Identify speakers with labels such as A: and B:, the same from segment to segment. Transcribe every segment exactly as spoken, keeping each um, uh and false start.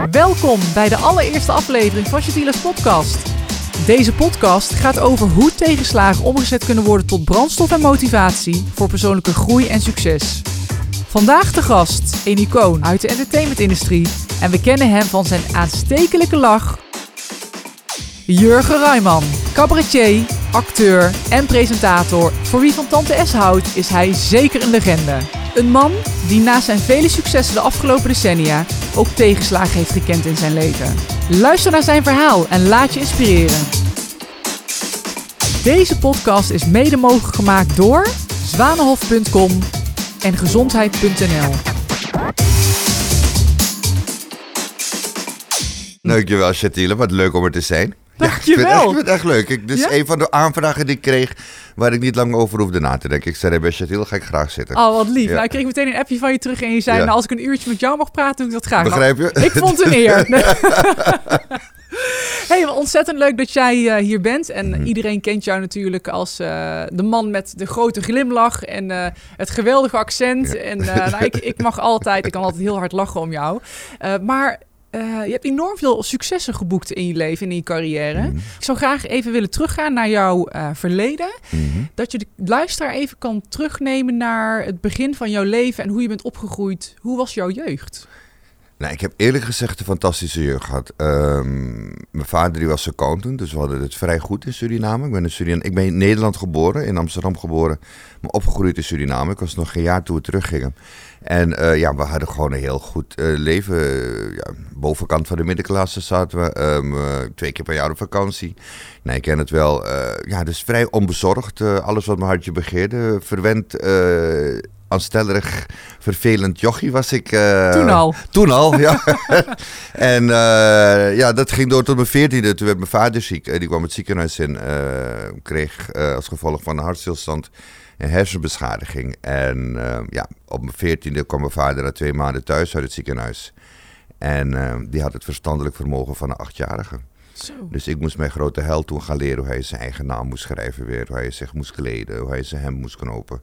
A: Welkom bij de allereerste aflevering van Shatila's podcast. Deze podcast gaat over hoe tegenslagen omgezet kunnen worden tot brandstof en motivatie voor persoonlijke groei en succes. Vandaag de gast, een icoon uit de entertainmentindustrie en we kennen hem van zijn aanstekelijke lach. Jurgen Rijman, cabaretier, acteur en presentator. Voor wie van Tante S houdt, is hij zeker een legende. Een man die naast zijn vele successen de afgelopen decennia ook tegenslagen heeft gekend in zijn leven. Luister naar zijn verhaal en laat je inspireren. Deze podcast is mede mogelijk gemaakt door zwanenhof punt com en gezondheid punt n l.
B: Dankjewel, Shatila. Wat leuk om er te zijn.
A: Dankjewel.
B: Ja, ik, vind het, ik vind het echt leuk. Ik, dit is
A: Ja?
B: een van de aanvragen die ik kreeg waar ik niet lang over hoefde na te denken. Ik zei, bij Shatila ga ik graag zitten.
A: Oh, wat lief.
B: Ja.
A: Nou, ik kreeg meteen een appje van je terug en je zei,
B: Ja.
A: nou, als ik een uurtje met jou mag praten, doe ik dat graag.
B: Begrijp je?
A: Nou, ik vond het een eer. Hey, ontzettend leuk dat jij uh, hier bent. En
B: Mm-hmm.
A: iedereen kent jou natuurlijk als uh, de man met de grote glimlach en uh, het geweldige accent.
B: Ja.
A: En uh, nou, ik, ik mag altijd, ik kan altijd heel hard lachen om jou. Uh, maar uh, je hebt enorm veel successen geboekt in je leven en in je carrière.
B: Mm-hmm.
A: Ik zou graag even willen teruggaan naar jouw uh, verleden.
B: Mm-hmm.
A: Dat je de luisteraar even kan terugnemen naar het begin van jouw leven en hoe je bent opgegroeid. Hoe was jouw jeugd?
B: Nou, ik heb eerlijk gezegd een fantastische jeugd gehad. Um, mijn vader die was accountant, dus we hadden het vrij goed in Suriname. Ik ben in, Suriname, ik ben in Nederland geboren, in Amsterdam geboren, maar opgegroeid in Suriname. Ik was nog geen jaar toen we teruggingen. En uh, ja, we hadden gewoon een heel goed uh, leven. Uh, ja, bovenkant van de middenklasse zaten we, um, uh, twee keer per jaar op vakantie. Nee, ik ken het wel. Uh, ja, dus vrij onbezorgd. Uh, alles wat mijn hartje begeerde. Verwend... Uh, aanstellerig, vervelend jochie was ik. Uh,
A: Toen al?
B: Toen al, ja. En uh, ja, dat ging door tot mijn veertiende. Toen werd mijn vader ziek. Uh, die kwam het ziekenhuis in. Uh, kreeg uh, als gevolg van een hartstilstand een hersenbeschadiging. En uh, ja, op mijn veertiende kwam mijn vader na twee maanden thuis uit het ziekenhuis. En uh, die had het verstandelijk vermogen van een achtjarige.
A: Zo.
B: Dus ik moest mijn grote held toen gaan leren hoe hij zijn eigen naam moest schrijven weer. Hoe hij zich moest kleden, hoe hij zijn hemd moest knopen.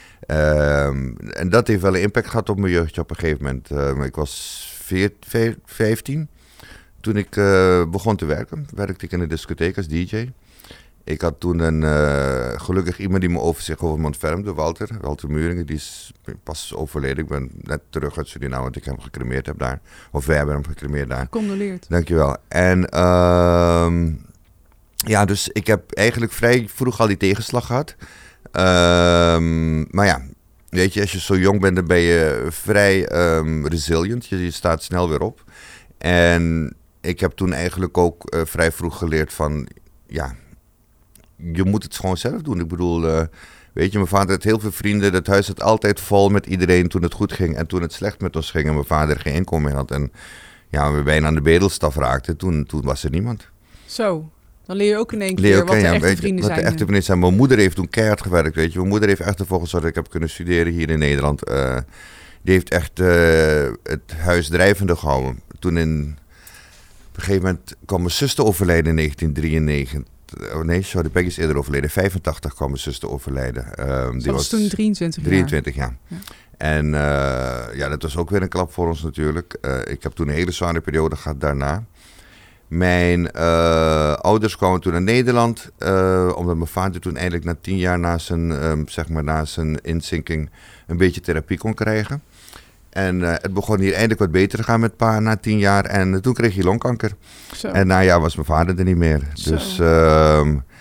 B: Um, en dat heeft wel een impact gehad op mijn jeugdje op een gegeven moment. Uh, ik was veertien, vijftien toen ik uh, begon te werken. Werkte ik in een discotheek als D J. Ik had toen een uh, gelukkig iemand die me overzicht over me ontfermde, Walter. Walter Muringen, die is pas overleden. Ik ben net terug uit Suriname, want ik hem gecremeerd heb daar. Of wij hebben hem gecremeerd daar.
A: Gecondoleerd.
B: Dankjewel. En uh, ja, dus ik heb eigenlijk vrij vroeg al die tegenslag gehad. Um, maar ja, weet je, als je zo jong bent, dan ben je vrij um, resilient. Je, je staat snel weer op. En ik heb toen eigenlijk ook uh, vrij vroeg geleerd van, ja, je moet het gewoon zelf doen. Ik bedoel, uh, weet je, mijn vader had heel veel vrienden. Het huis zat altijd vol met iedereen toen het goed ging. En toen het slecht met ons ging en mijn vader geen inkomen meer had. En ja, we bijna aan de bedelstaf raakten, toen, toen was er niemand.
A: Zo. Dan leer je ook in één
B: Leer
A: keer
B: ook,
A: wat de
B: ja,
A: echte
B: weet,
A: vrienden
B: wat
A: zijn.
B: de echte vrienden zijn. Mijn moeder heeft toen keihard gewerkt, weet je. Mijn moeder heeft echt ervoor gezorgd dat ik heb kunnen studeren hier in Nederland. Uh, die heeft echt uh, het huis drijvende gehouden. Toen in, op een gegeven moment kwam mijn zuster overlijden in negentien drieënnegentig. Oh nee, sorry, Peggy is eerder overleden. vijfentachtig kwam mijn zuster overlijden. Uh, die
A: was, was toen drieëntwintig jaar.
B: drieëntwintig, ja. ja. En uh, ja, dat was ook weer een klap voor ons natuurlijk. Uh, ik heb toen een hele zware periode gehad daarna. Mijn uh, ouders kwamen toen naar Nederland, uh, omdat mijn vader toen eindelijk na tien jaar na zijn, um, zeg maar na zijn inzinking een beetje therapie kon krijgen. En uh, het begon hier eindelijk wat beter te gaan met pa na tien jaar en uh, toen kreeg hij longkanker.
A: Zo.
B: En na een jaar was mijn vader er niet meer.
A: Zo.
B: Dus, uh,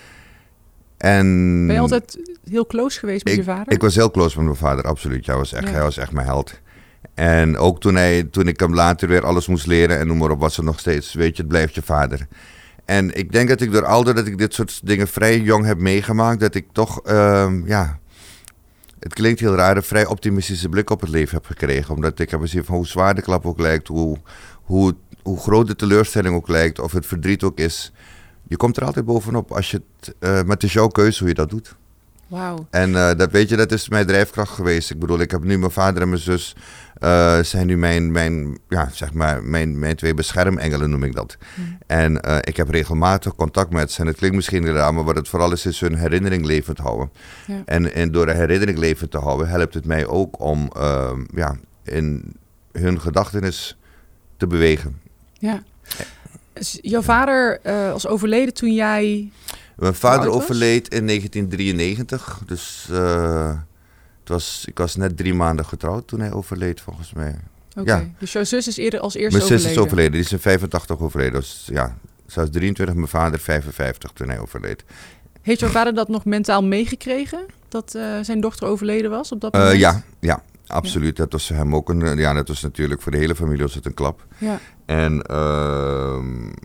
B: en
A: ben je altijd heel close geweest met
B: ik,
A: je vader?
B: Ik was heel close met mijn vader, absoluut. Hij was echt,
A: ja.
B: hij was echt mijn held. En ook toen, hij, toen ik hem later weer alles moest leren en noem maar op, was er nog steeds, weet je, het blijft je vader. En ik denk dat ik door al dat ik dit soort dingen vrij jong heb meegemaakt, dat ik toch, uh, ja, het klinkt heel raar, een vrij optimistische blik op het leven heb gekregen. Omdat ik heb gezien van hoe zwaar de klap ook lijkt, hoe, hoe, hoe groot de teleurstelling ook lijkt, of het verdriet ook is. Je komt er altijd bovenop, als je het, uh, maar het is jouw keuze hoe je dat doet.
A: Wauw.
B: En uh, dat weet je, dat is mijn drijfkracht geweest. Ik bedoel, ik heb nu mijn vader en mijn zus uh, zijn nu mijn, mijn, ja, zeg maar, mijn, mijn twee beschermengelen, noem ik dat. Mm. En uh, ik heb regelmatig contact met ze. En het klinkt misschien raar, maar wat het vooral is, is hun herinnering levend houden. Ja. En, en door een herinnering levend te houden, helpt het mij ook om uh, ja, in hun gedachtenis te bewegen.
A: Ja. Is jouw vader uh, was overleden toen jij...
B: Mijn vader overleed in negentien drieënnegentig. Dus uh, het was, ik was net drie maanden getrouwd toen hij overleed, volgens mij.
A: Oké, okay. Ja. Dus jouw zus is eerder als eerste overleden?
B: Mijn zus is overleden. Die is in vijfentachtig overleden. Dus ja, ze was drieëntwintig, mijn vader vijfenvijftig toen hij overleed.
A: Heeft jouw vader dat nog mentaal meegekregen? Dat uh, zijn dochter overleden was op dat moment?
B: Uh, ja, ja, absoluut. Ja. Dat was hem ook een... Ja, dat was natuurlijk voor de hele familie was het een klap.
A: Ja.
B: En uh,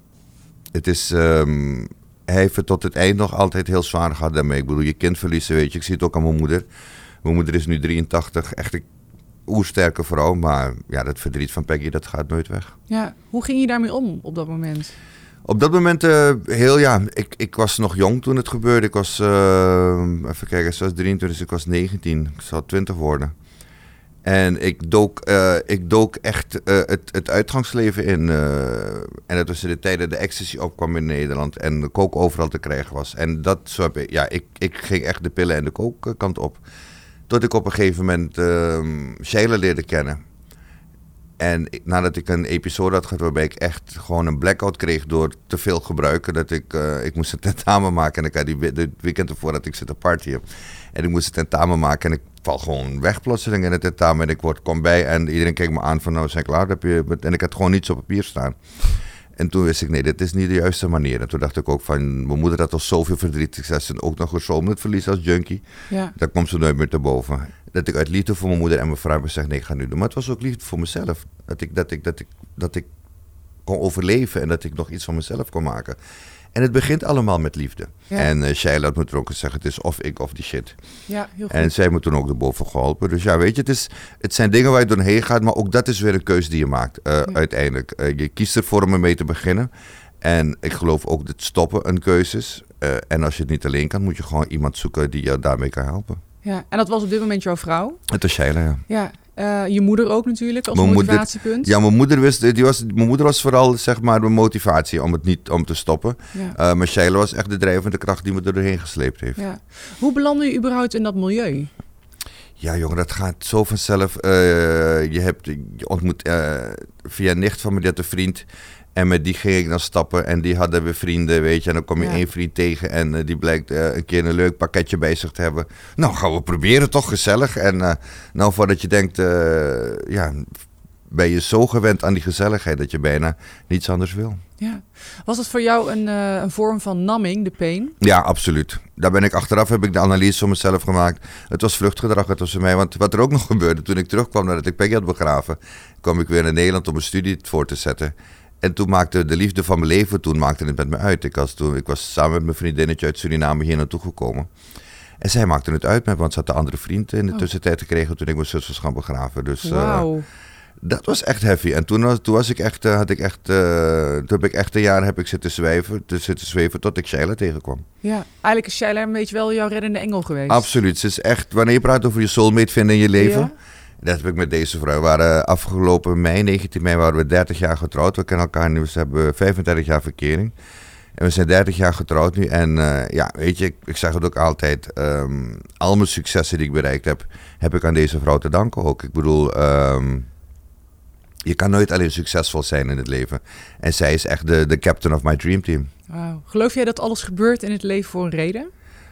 B: het is... Um, hij heeft het tot het eind nog altijd heel zwaar gehad daarmee. Ik bedoel, je kind verliezen, weet je. Ik zie het ook aan mijn moeder. Mijn moeder is nu drieëntachtig. Echt een oersterke vrouw. Maar ja, dat verdriet van Peggy, dat gaat nooit weg.
A: Ja, hoe ging je daarmee om op dat moment?
B: Op dat moment uh, heel, ja, ik, ik was nog jong toen het gebeurde. Ik was, uh, even kijken, ze was drieëntwintig, dus ik was negentien. Ik zou twintig worden. En ik dook, uh, ik dook echt uh, het, het uitgangsleven in. Uh, en dat was in de tijd dat de ecstasy opkwam in Nederland en de coke overal te krijgen was. En dat zo heb ik, ja, ik, ik ging echt de pillen en de coke kant op. Tot ik op een gegeven moment uh, Sheila leerde kennen. En ik, nadat ik een episode had gehad waarbij ik echt gewoon een blackout kreeg door te veel gebruiken. Dat ik, uh, ik moest een tentamen maken en ik had die de weekend ervoor dat ik zit te partyen. En ik moest een tentamen maken en ik val gewoon weg plotseling in het tentamen. En ik word, kom bij en iedereen keek me aan van nou zijn klaar. Heb je, en ik had gewoon niets op papier staan. En toen wist ik nee, dit is niet de juiste manier. En toen dacht ik ook van mijn moeder had al zoveel verdriet. Ik zei ze ook nog gezond het verlies als junkie.
A: Ja.
B: Daar komt ze nooit meer te boven. Dat ik uit liefde voor mijn moeder en mijn vrouw zeg nee, ik ga nu doen. Maar het was ook liefde voor mezelf. Dat ik, dat ik, dat ik, dat ik kon overleven en dat ik nog iets van mezelf kon maken. En het begint allemaal met liefde. Ja. En uh, Sheila had me toen ook gezegd, het is of ik of die shit.
A: Ja, heel goed.
B: En zij heeft me toen ook erboven geholpen. Dus ja, weet je, het, is, het zijn dingen waar je doorheen gaat, maar ook dat is weer een keuze die je maakt uh, ja. uiteindelijk. Uh, je kiest ervoor om ermee te beginnen. En ik geloof ook dat stoppen een keuze is. Uh, en als je het niet alleen kan, moet je gewoon iemand zoeken die je daarmee kan helpen.
A: Ja, en dat was op dit moment jouw vrouw?
B: Het was Sheila, ja.
A: Ja. Uh, je moeder ook natuurlijk als mijn motivatiepunt?
B: Moeder, ja, mijn moeder, wist, die was, mijn moeder was vooral zeg maar de motivatie om het niet om te stoppen. Ja. Uh, maar Sheila was echt de drijvende kracht die me er doorheen gesleept heeft.
A: Ja. Hoe belandde je überhaupt in dat milieu?
B: Ja, jongen, dat gaat zo vanzelf. Uh, je, hebt, je ontmoet uh, via een nicht van me, die had een vriend. En met die ging ik dan stappen en die hadden we vrienden, weet je. En dan kom je ja. één vriend tegen en uh, die blijkt uh, een keer een leuk pakketje bij zich te hebben. Nou, gaan we proberen, toch gezellig. En uh, nou, voordat je denkt, uh, ja, ben je zo gewend aan die gezelligheid dat je bijna niets anders wil.
A: Ja. Was het voor jou een, uh, een vorm van namming, de pain?
B: Ja, absoluut. Daar ben ik achteraf, heb ik de analyse voor mezelf gemaakt. Het was vluchtgedrag, het was voor mij. Want wat er ook nog gebeurde, toen ik terugkwam nadat ik Peggy had begraven, kwam ik weer naar Nederland om een studie voor te zetten. En toen maakte de liefde van mijn leven, toen maakte het met me uit. Ik was, toen, ik was samen met mijn vriendinnetje uit Suriname hier naartoe gekomen. En zij maakte het uit met me, want ze had een andere vriend in de oh. tussentijd gekregen toen ik mijn zus was gaan begraven. Dus
A: wow.
B: uh, dat was echt heavy. En toen, was, toen was ik echt, uh, had ik echt, uh, toen heb ik echt een jaar heb ik zitten zweven, zitten zweven tot ik Sheila tegenkwam.
A: Ja, eigenlijk is Sheila een beetje wel jouw reddende engel geweest.
B: Absoluut. Ze is echt, wanneer je praat over je soulmate vinden in je leven. Ja. Dat heb ik met deze vrouw. We waren afgelopen mei, negentien mei, waren we dertig jaar getrouwd. We kennen elkaar nu, we hebben vijfendertig jaar verkering. En we zijn dertig jaar getrouwd nu. En uh, ja, weet je, ik, ik zeg het ook altijd. Um, al mijn successen die ik bereikt heb, heb ik aan deze vrouw te danken ook. Ik bedoel, um, je kan nooit alleen succesvol zijn in het leven. En zij is echt de, de captain of my dream team.
A: Wow. Geloof jij dat alles gebeurt in het leven voor een reden?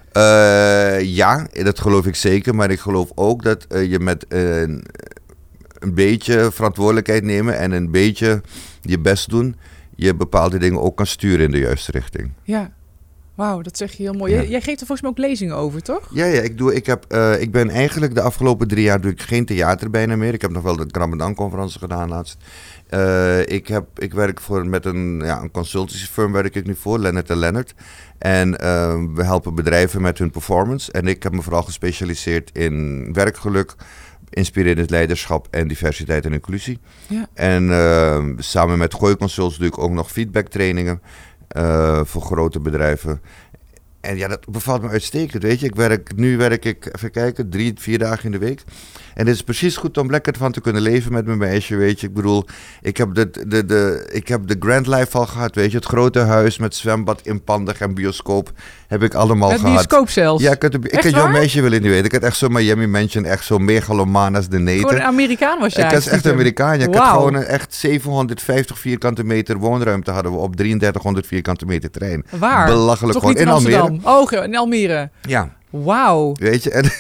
B: Uh, ja, dat geloof ik zeker. Maar ik geloof ook dat uh, je met uh, een, een beetje verantwoordelijkheid nemen en een beetje je best doen, je bepaalde dingen ook kan sturen in de juiste richting.
A: Ja, wauw, dat zeg je heel mooi. Ja. Jij, jij geeft er volgens mij ook lezingen over, toch?
B: Ja, ja ik, doe, ik, heb, uh, ik ben eigenlijk de afgelopen drie jaar doe ik geen theater bijna meer. Ik heb nog wel de Ramadan-conferentie gedaan laatst. Uh, ik, heb, ik werk voor, met een, ja, een consultancy firm werk ik nu voor, Leonard en Leonard. En uh, we helpen bedrijven met hun performance. En ik heb me vooral gespecialiseerd in werkgeluk, inspirerend leiderschap en diversiteit en inclusie.
A: Ja.
B: En uh, samen met Gooi Consults doe ik ook nog feedback trainingen uh, voor grote bedrijven. en ja, dat bevalt me uitstekend, weet je. Ik werk, nu werk ik, even kijken, drie, vier dagen in de week. En het is precies goed om lekker van te kunnen leven met mijn meisje, weet je. Ik bedoel, ik heb de, de, de, ik heb de Grand Life al gehad, weet je. Het grote huis met zwembad, inpandig en bioscoop heb ik allemaal
A: met
B: gehad.
A: Met bioscoop zelfs?
B: Ja, ik had, ik had jouw meisje willen niet weten. Ik had echt zo'n Miami Mansion, echt zo megalomaan als de neten.
A: Gewoon een Amerikaan was jij?
B: Ik was echt Amerikaan. Ja, ik
A: wow.
B: had gewoon een echt zevenhonderdvijftig vierkante meter woonruimte hadden we op drieëndertighonderd vierkante meter terrein.
A: Waar?
B: Belachelijk.
A: Toch
B: gewoon
A: niet in,
B: in
A: Amsterdam?
B: Almere.
A: Oh, in Almere.
B: Ja.
A: Wauw.
B: Weet je, en,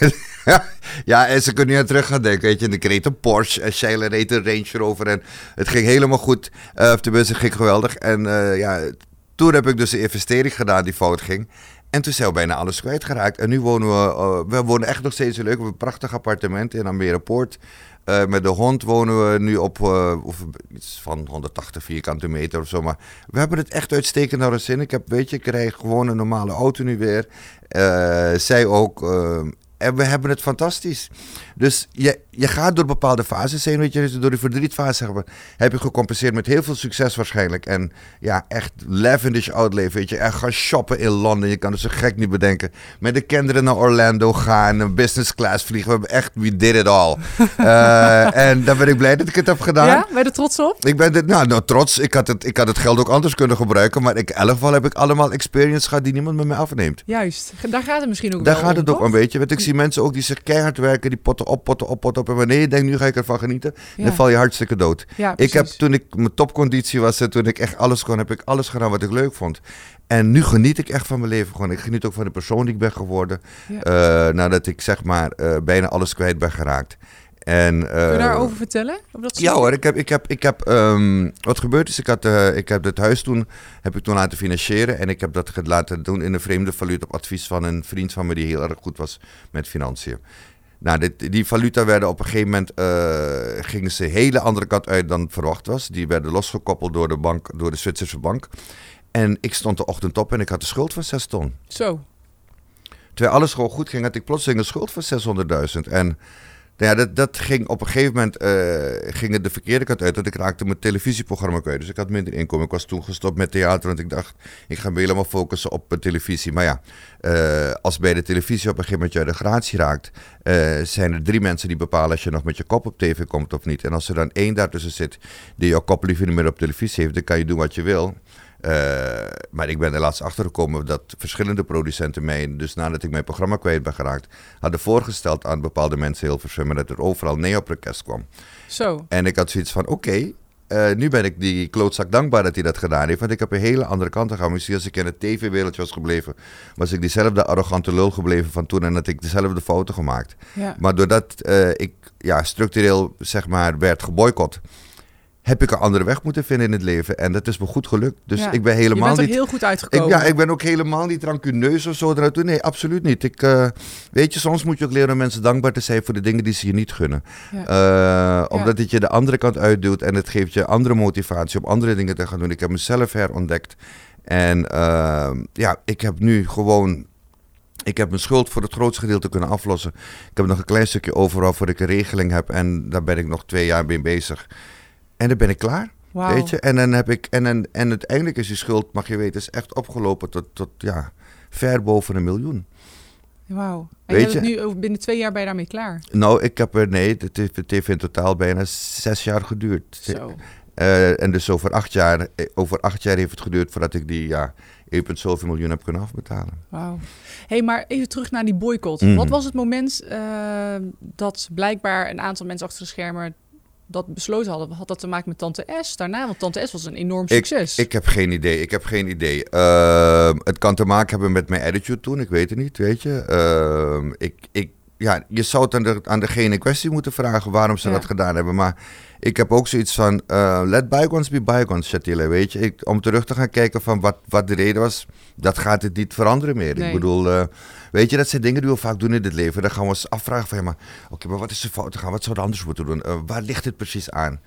B: ja, en ze kunnen nu aan terug gaan denken, weet je. En ik reed een Porsche en Sheila reed een Range Rover en het ging helemaal goed. Uh, of tenminste, het ging geweldig. En uh, ja, toen heb ik dus een investering gedaan die fout ging. En toen zijn we bijna alles kwijtgeraakt. En nu wonen we, uh, we wonen echt nog steeds leuk. We hebben een prachtig appartement in Almere Poort. Uh, met de hond wonen we nu op uh, of iets van honderdtachtig vierkante meter of zo. Maar we hebben het echt uitstekend naar de zin. Ik heb, weet je, ik krijg gewoon een normale auto nu weer. Uh, zij ook. Uh, en we hebben het fantastisch. Dus je, je gaat door bepaalde fases heen, weet je. Door de verdrietfase hebben, heb je gecompenseerd met heel veel succes waarschijnlijk. En ja, echt lavish outleven, weet je. En gaan shoppen in Londen. Je kan het zo gek niet bedenken. Met de kinderen naar Orlando gaan. Een business class vliegen. We hebben echt, we did it all. uh, en dan ben ik blij dat ik het heb gedaan.
A: Ja, ben je er trots op?
B: Ik ben er, nou, nou trots. Ik had, het, ik had het geld ook anders kunnen gebruiken. Maar ik, in elk geval heb ik allemaal experience gehad die niemand met mij afneemt.
A: Juist. Daar gaat het misschien ook
B: Daar
A: wel
B: gaat
A: om,
B: het ook
A: toch?
B: om, weet je. Want ik zie mensen ook die zich keihard werken. Die potten op, potten op, potten op. En wanneer je denkt, nu ga ik ervan genieten. Ja. Dan val je hartstikke dood.
A: Ja,
B: ik heb, toen ik mijn topconditie was. En toen ik echt alles kon, heb ik alles gedaan wat ik leuk vond. En nu geniet ik echt van mijn leven gewoon. Ik geniet ook van de persoon die ik ben geworden. Ja. Uh, nadat ik zeg maar uh, bijna alles kwijt ben geraakt. En, uh,
A: Kun je daarover vertellen? Of dat
B: ja hoor, ik heb, ik heb, ik heb um, wat gebeurd is, ik, had, uh, ik heb het huis toen, heb ik toen laten financieren. En ik heb dat laten doen in een vreemde valuta op advies van een vriend van me die heel erg goed was met financiën. Nou, dit, die valuta werden op een gegeven moment, uh, gingen ze een hele andere kant uit dan verwacht was. Die werden losgekoppeld door de bank, door de Zwitserse bank. En ik stond de ochtend op en ik had een schuld van zes ton.
A: Zo.
B: Terwijl alles gewoon goed ging, had ik plotseling een schuld van zeshonderdduizend. En ja, dat, dat ging op een gegeven moment uh, ging het de verkeerde kant uit. Want ik raakte mijn televisieprogramma kwijt. Dus ik had minder inkomen. Ik was toen gestopt met theater. Want ik dacht, ik ga me helemaal focussen op uh, televisie. Maar ja, uh, als bij de televisie op een gegeven moment je de gratie raakt, uh, zijn er drie mensen die bepalen als je nog met je kop op tv komt of niet. En als er dan één daartussen zit die jouw kop liever niet meer op televisie heeft, dan kan je doen wat je wil. Uh, maar ik ben er laatst achtergekomen dat verschillende producenten mij, dus nadat ik mijn programma kwijt ben geraakt, hadden voorgesteld aan bepaalde mensen heel veel, maar dat er overal nee op request kwam.
A: Zo.
B: En ik had zoiets van, oké, okay, uh, nu ben ik die klootzak dankbaar dat hij dat gedaan heeft, want ik heb een hele andere kant gegaan. Misschien als ik in het tv-wereldje was gebleven, was ik diezelfde arrogante lul gebleven van toen en had ik dezelfde fouten gemaakt.
A: Ja.
B: Maar doordat uh, ik ja, structureel, zeg maar, werd geboycott, heb ik een andere weg moeten vinden in het leven. En dat is me goed gelukt. Dus ja, ik ben helemaal niet...
A: Je bent er
B: niet,
A: heel goed uitgekomen.
B: Ik, ja, ik ben ook helemaal niet rancuneus of zo. Nee, absoluut niet. Ik, uh, weet je, soms moet je ook leren om mensen dankbaar te zijn voor de dingen die ze je niet gunnen. Ja. Uh, omdat ja. het je de andere kant uitduwt en het geeft je andere motivatie om andere dingen te gaan doen. Ik heb mezelf herontdekt. En uh, ja, ik heb nu gewoon... Ik heb mijn schuld voor het grootste gedeelte kunnen aflossen. Ik heb nog een klein stukje over waarvoor ik een regeling heb. En daar ben ik nog twee jaar mee bezig. En dan ben ik klaar, wow. weet je. En dan heb ik en, en, en uiteindelijk is die schuld, mag je weten, is echt opgelopen tot, tot ja, ver boven een miljoen.
A: Wauw. En je hebt nu binnen twee jaar ben je daarmee klaar?
B: Nou, ik heb er, nee, het heeft, het heeft in totaal bijna zes jaar geduurd.
A: Zo.
B: Uh, en dus over acht jaar, over acht jaar heeft het geduurd voordat ik die, ja, één komma zeven miljoen heb kunnen afbetalen.
A: Wauw. Hé, hey, maar even terug naar die boycott. Mm-hmm. Wat was het moment uh, dat blijkbaar een aantal mensen achter de schermen dat besloten hadden? Had dat te maken met Tante S daarna? Want Tante S was een enorm succes.
B: Ik, ik heb geen idee. Ik heb geen idee. Uh, het kan te maken hebben met mijn attitude toen. Ik weet het niet, weet je. Uh, ik, ik, ja, je zou het aan, de, aan degene in kwestie moeten vragen waarom ze ja. dat gedaan hebben. Maar ik heb ook zoiets van, uh, let bygones be bygones, Shatila, weet je. Ik, om terug te gaan kijken van wat, wat de reden was, dat gaat het niet veranderen meer. Nee. Ik bedoel, uh, weet je, dat zijn dingen die we vaak doen in het leven. Dan gaan we ons afvragen van, ja, maar oké, okay, maar wat is er fout te gaan? Wat zouden we anders moeten doen? Uh, waar ligt het precies aan?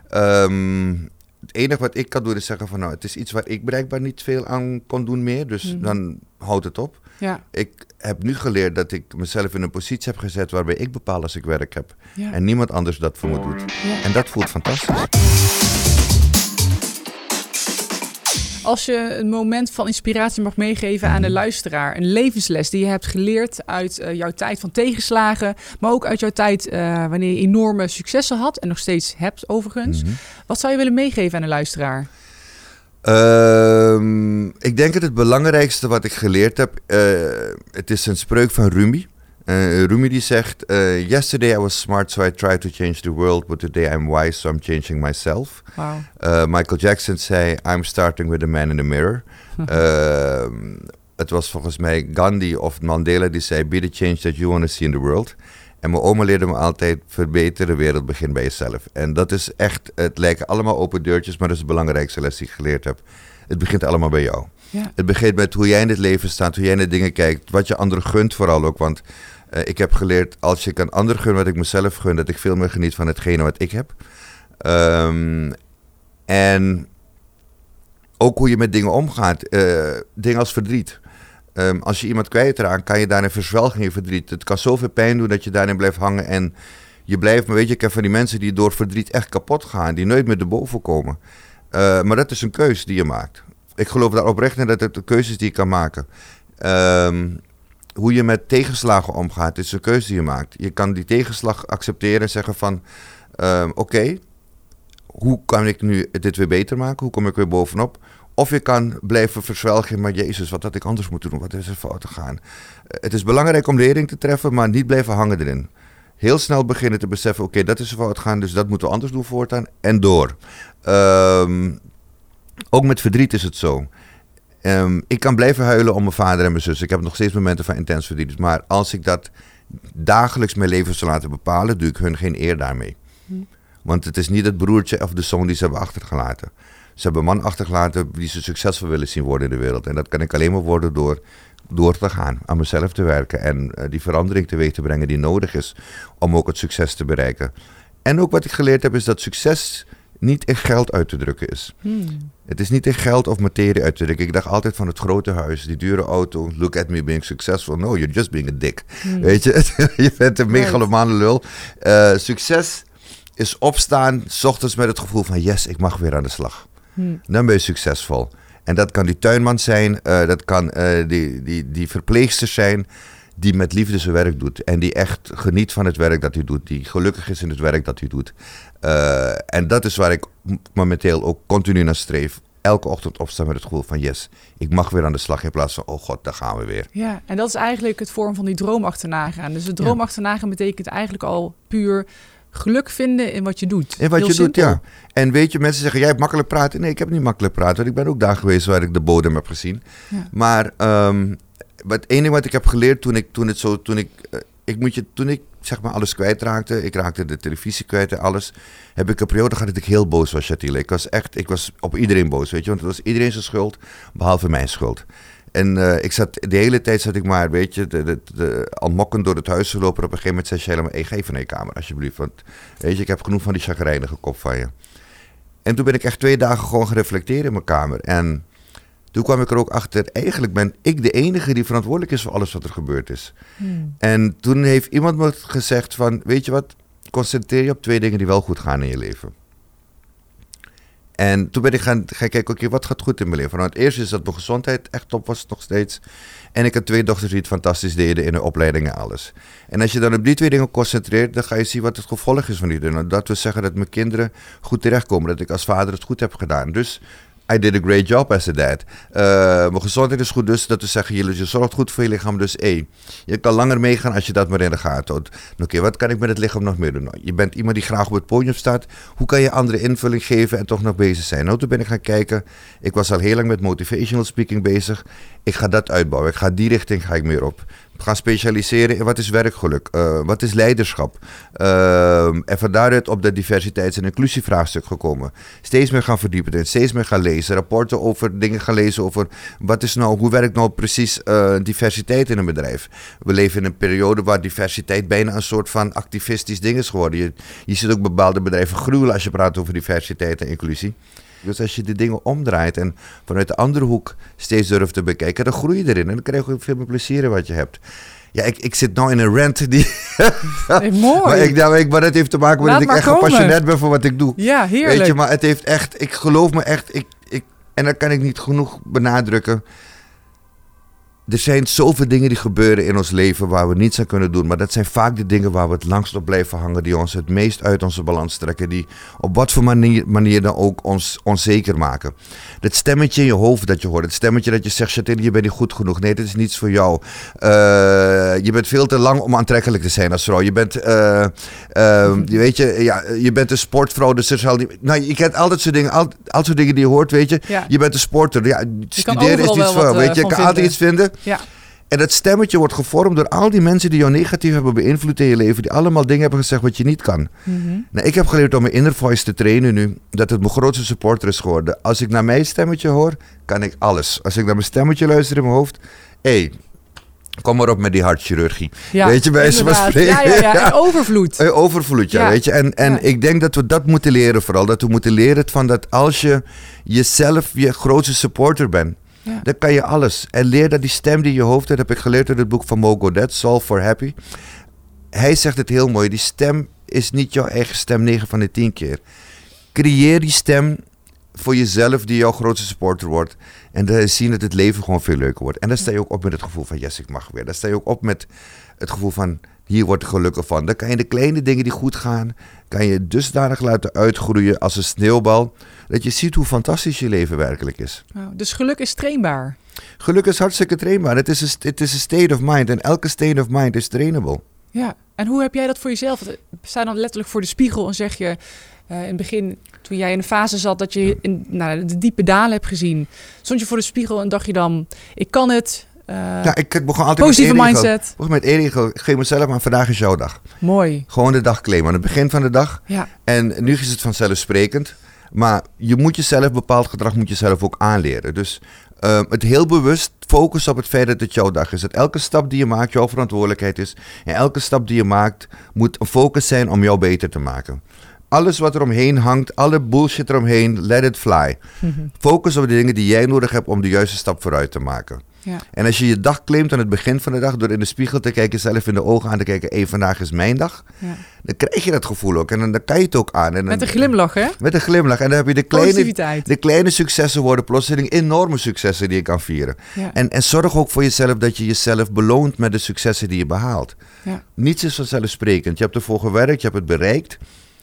B: Um, het enige wat ik kan doen is zeggen van, nou, het is iets waar ik blijkbaar niet veel aan kon doen meer. Dus mm-hmm. dan houdt het op.
A: Ja.
B: Ik heb nu geleerd dat ik mezelf in een positie heb gezet waarbij ik bepaal als ik werk heb.
A: Ja.
B: En niemand anders dat voor me doet.
A: Ja.
B: En dat voelt fantastisch.
A: Als je een moment van inspiratie mag meegeven aan de luisteraar, een levensles die je hebt geleerd uit uh, jouw tijd van tegenslagen, maar ook uit jouw tijd uh, wanneer je enorme successen had en nog steeds hebt overigens. Mm-hmm. Wat zou je willen meegeven aan de luisteraar?
B: Uh, ik denk dat het belangrijkste wat ik geleerd heb, uh, het is een spreuk van Rumi. Uh, Rumi die zegt, uh, yesterday I was smart, so I tried to change the world, but today I'm wise, so I'm changing myself.
A: Wow.
B: Uh, Michael Jackson zei, I'm starting with the man in the mirror. uh, het was volgens mij Gandhi of Mandela die zei, be the change that you want to see in the world. En mijn oma leerde me altijd, verbeter de wereld, begin bij jezelf. En dat is echt, het lijken allemaal open deurtjes, maar dat is de belangrijkste les die ik geleerd heb. Het begint allemaal bij jou. Ja. Het begint met hoe jij in het leven staat, hoe jij naar dingen kijkt, wat je anderen gunt vooral ook. Want uh, ik heb geleerd, als ik aan anderen gun wat ik mezelf gun, dat ik veel meer geniet van hetgene wat ik heb. Um, en ook hoe je met dingen omgaat. Uh, dingen als verdriet. Um, als je iemand kwijtraakt, kan je daarin verzwelgen in verdriet. Het kan zoveel pijn doen dat je daarin blijft hangen en je blijft, maar weet je, ik heb van die mensen die door verdriet echt kapot gaan, die nooit meer erboven komen. Uh, maar dat is een keuze die je maakt. Ik geloof daar oprecht in dat het de keuzes die je kan maken. Um, hoe je met tegenslagen omgaat, is een keuze die je maakt. Je kan die tegenslag accepteren en zeggen van, um, oké, okay, hoe kan ik nu dit weer beter maken? Hoe kom ik weer bovenop? Of je kan blijven verzwelgen, maar Jezus, wat had ik anders moeten doen? Wat is er fout gegaan? Uh, het is belangrijk om lering te treffen, maar niet blijven hangen erin. Heel snel beginnen te beseffen, oké, okay, dat is er fout gegaan, dus dat moeten we anders doen voortaan. En door. Um, ook met verdriet is het zo. Um, ik kan blijven huilen om mijn vader en mijn zus. Ik heb nog steeds momenten van intens verdriet. Maar als ik dat dagelijks mijn leven zou laten bepalen, doe ik hun geen eer daarmee. Hm. Want het is niet het broertje of de zoon die ze hebben achtergelaten. Ze hebben een man achtergelaten die ze succesvol willen zien worden in de wereld. En dat kan ik alleen maar worden door door te gaan, aan mezelf te werken en uh, die verandering teweeg te brengen die nodig is om ook het succes te bereiken. En ook wat ik geleerd heb is dat succes niet in geld uit te drukken is. Hmm. Het is niet in geld of materie uit te drukken. Ik dacht altijd van het grote huis, die dure auto, look at me being successful. No, you're just being a dick. Hmm. Weet je, je bent een megalomane lul. Uh, succes is opstaan, 's ochtends met het gevoel van yes, ik mag weer aan de slag. Hmm. Dan ben je succesvol. En dat kan die tuinman zijn, uh, dat kan uh, die, die, die verpleegster zijn die met liefde zijn werk doet. En die echt geniet van het werk dat hij doet, die gelukkig is in het werk dat hij doet. Uh, en dat is waar ik momenteel ook continu naar streef. Elke ochtend opstaan met het gevoel van yes, ik mag weer aan de slag in plaats van oh god, daar gaan we weer.
A: Ja, en dat is eigenlijk het vorm van die droom achterna gaan. Dus de droom ja. achterna gaan betekent eigenlijk al puur geluk vinden in wat je doet.
B: In wat
A: Heel
B: je
A: simpel.
B: doet, ja. En weet je, mensen zeggen, jij hebt makkelijk praten. Nee, ik heb niet makkelijk praten, want ik ben ook daar geweest waar ik de bodem heb gezien. Ja. Maar um, het enige wat ik heb geleerd toen ik, toen het zo, toen ik, uh, ik moet je, toen ik zeg maar alles kwijtraakte, ik raakte de televisie kwijt en alles, heb ik een periode gehad dat ik heel boos was, Shatila. Ik was echt, ik was op iedereen boos, weet je, want het was iedereen zijn schuld, behalve mijn schuld. En uh, ik zat, de hele tijd zat ik maar, weet je, de, de, de, al mokkend door het huis gelopen. Op een gegeven moment zei Sheila, hey, ga even naar je kamer alsjeblieft. Want weet je, ik heb genoeg van die chagrijnige kop van je. En toen ben ik echt twee dagen gewoon gaan reflecteren in mijn kamer. En toen kwam ik er ook achter, eigenlijk ben ik de enige die verantwoordelijk is voor alles wat er gebeurd is. Hmm. En toen heeft iemand me gezegd van, weet je wat, concentreer je op twee dingen die wel goed gaan in je leven. En toen ben ik gaan, gaan kijken, oké, okay, wat gaat goed in mijn leven? Nou, het eerste is dat mijn gezondheid echt top was nog steeds. En ik had twee dochters die het fantastisch deden in hun opleidingen en alles. En als je dan op die twee dingen concentreert, dan ga je zien wat het gevolg is van die dingen. Dat we zeggen dat mijn kinderen goed terechtkomen, dat ik als vader het goed heb gedaan. Dus I did a great job as a dad. Uh, mijn gezondheid is goed, dus dat we zeggen, je, je zorgt goed voor je lichaam. Dus hey, je kan langer meegaan als je dat maar in de gaten houdt. Oké, okay, wat kan ik met het lichaam nog meer doen? Nou, je bent iemand die graag op het podium staat. Hoe kan je andere invulling geven en toch nog bezig zijn? Nou, toen ben ik gaan kijken. Ik was al heel lang met motivational speaking bezig. Ik ga dat uitbouwen. Ik ga die richting ga ik meer op. Gaan specialiseren in wat is werkgeluk, uh, wat is leiderschap. Uh, en van daaruit op de diversiteits- en inclusievraagstuk gekomen. Steeds meer gaan verdiepen en steeds meer gaan lezen. Rapporten over dingen gaan lezen over wat is nou, hoe werkt nou precies uh, diversiteit in een bedrijf. We leven in een periode waar diversiteit bijna een soort van activistisch ding is geworden. Je, je ziet ook bepaalde bedrijven gruwelen als je praat over diversiteit en inclusie. Dus als je die dingen omdraait en vanuit de andere hoek steeds durft te bekijken, dan groei je erin. En dan krijg je ook veel meer plezier in wat je hebt. Ja, ik, ik zit nou in een rant die...
A: Hey, mooi.
B: maar, ik, nou, ik, maar dat heeft te maken met dat ik echt gepassioneerd ben voor wat ik doe.
A: Ja, heerlijk.
B: Weet je, maar het heeft echt... Ik geloof me echt... Ik, ik, en dat kan ik niet genoeg benadrukken. Er zijn zoveel dingen die gebeuren in ons leven waar we niets aan kunnen doen. Maar dat zijn vaak de dingen waar we het langst op blijven hangen. Die ons het meest uit onze balans trekken. Die op wat voor manier, manier dan ook ons onzeker maken. Dat stemmetje in je hoofd dat je hoort. Het stemmetje dat je zegt, Chantilly, je bent niet goed genoeg. Nee, dit is niets voor jou. Uh, je bent veel te lang om aantrekkelijk te zijn als vrouw. Je bent, uh, uh, je weet je, ja, je bent een sportvrouw. Dus er zal niet, nou, je kent altijd soort dingen, al, al soort dingen die je hoort, weet je. Ja. Je bent een sporter. Ja, studeren is niets voor jou. Weet je, je kan vinden. altijd iets vinden.
A: Ja.
B: En dat stemmetje wordt gevormd door al die mensen die jou negatief hebben beïnvloed in je leven. Die allemaal dingen hebben gezegd wat je niet kan. Mm-hmm. Nou, ik heb geleerd om mijn inner voice te trainen nu. Dat het mijn grootste supporter is geworden. Als ik naar mijn stemmetje hoor, kan ik alles. Als ik naar mijn stemmetje luister in mijn hoofd. Hé, hey, kom maar op met die hartchirurgie. Ja, weet je, bij zo'n spreken.
A: Ja, ja, ja. En overvloed.
B: En overvloed, ja, ja. Weet je. En, en ja. ik denk dat we dat moeten leren vooral. Dat we moeten leren van dat als je jezelf je grootste supporter bent. Ja. Dan kan je alles. En leer dat die stem die je hoofd hebt, heb ik geleerd uit het boek van Mo Godet, Solve for Happy. Hij zegt het heel mooi, die stem is niet jouw eigen stem negen van de tien keer. Creëer die stem voor jezelf die jouw grootste supporter wordt. En dan zien dat het leven gewoon veel leuker wordt. En dan sta je ook op met het gevoel van yes, ik mag weer. Dan sta je ook op met het gevoel van hier word ik gelukkig van. Dan kan je de kleine dingen die goed gaan, kan je dusdanig laten uitgroeien als een sneeuwbal. Dat je ziet hoe fantastisch je leven werkelijk is.
A: Oh, dus geluk is trainbaar?
B: Geluk is hartstikke trainbaar. Het is, een, het is een state of mind. En elke state of mind is trainable.
A: Ja, en hoe heb jij dat voor jezelf? Sta je dan letterlijk voor de spiegel en zeg je... Uh, in het begin, toen jij in een fase zat dat je in, nou, de diepe dalen hebt gezien... stond je voor de spiegel en dacht je dan... ik kan het... Uh,
B: ja, ik begon altijd
A: positieve
B: met
A: mindset.
B: Ik begon met één regel. Ik geef mezelf aan, vandaag is jouw dag.
A: Mooi.
B: Gewoon de dag claimen. Aan het begin van de dag.
A: Ja.
B: En nu is het vanzelfsprekend. Maar je moet jezelf, bepaald gedrag moet je zelf ook aanleren. Dus uh, het heel bewust focussen op het feit dat het jouw dag is. Dat elke stap die je maakt jouw verantwoordelijkheid is. En elke stap die je maakt moet een focus zijn om jou beter te maken. Alles wat er omheen hangt, alle bullshit eromheen, let it fly. Mm-hmm. Focus op de dingen die jij nodig hebt om de juiste stap vooruit te maken. Ja. En als je je dag claimt aan het begin van de dag, door in de spiegel te kijken, jezelf in de ogen aan te kijken, hé, hey, vandaag is mijn dag. Ja. Dan krijg je dat gevoel ook en dan, dan kan je het ook aan. En dan,
A: met een glimlach, hè?
B: Met een glimlach. En dan heb je de kleine, de kleine successen worden plotseling enorme successen die je kan vieren. Ja. En, en zorg ook voor jezelf dat je jezelf beloont met de successen die je behaalt. Ja. Niets is vanzelfsprekend. Je hebt ervoor gewerkt, je hebt het bereikt.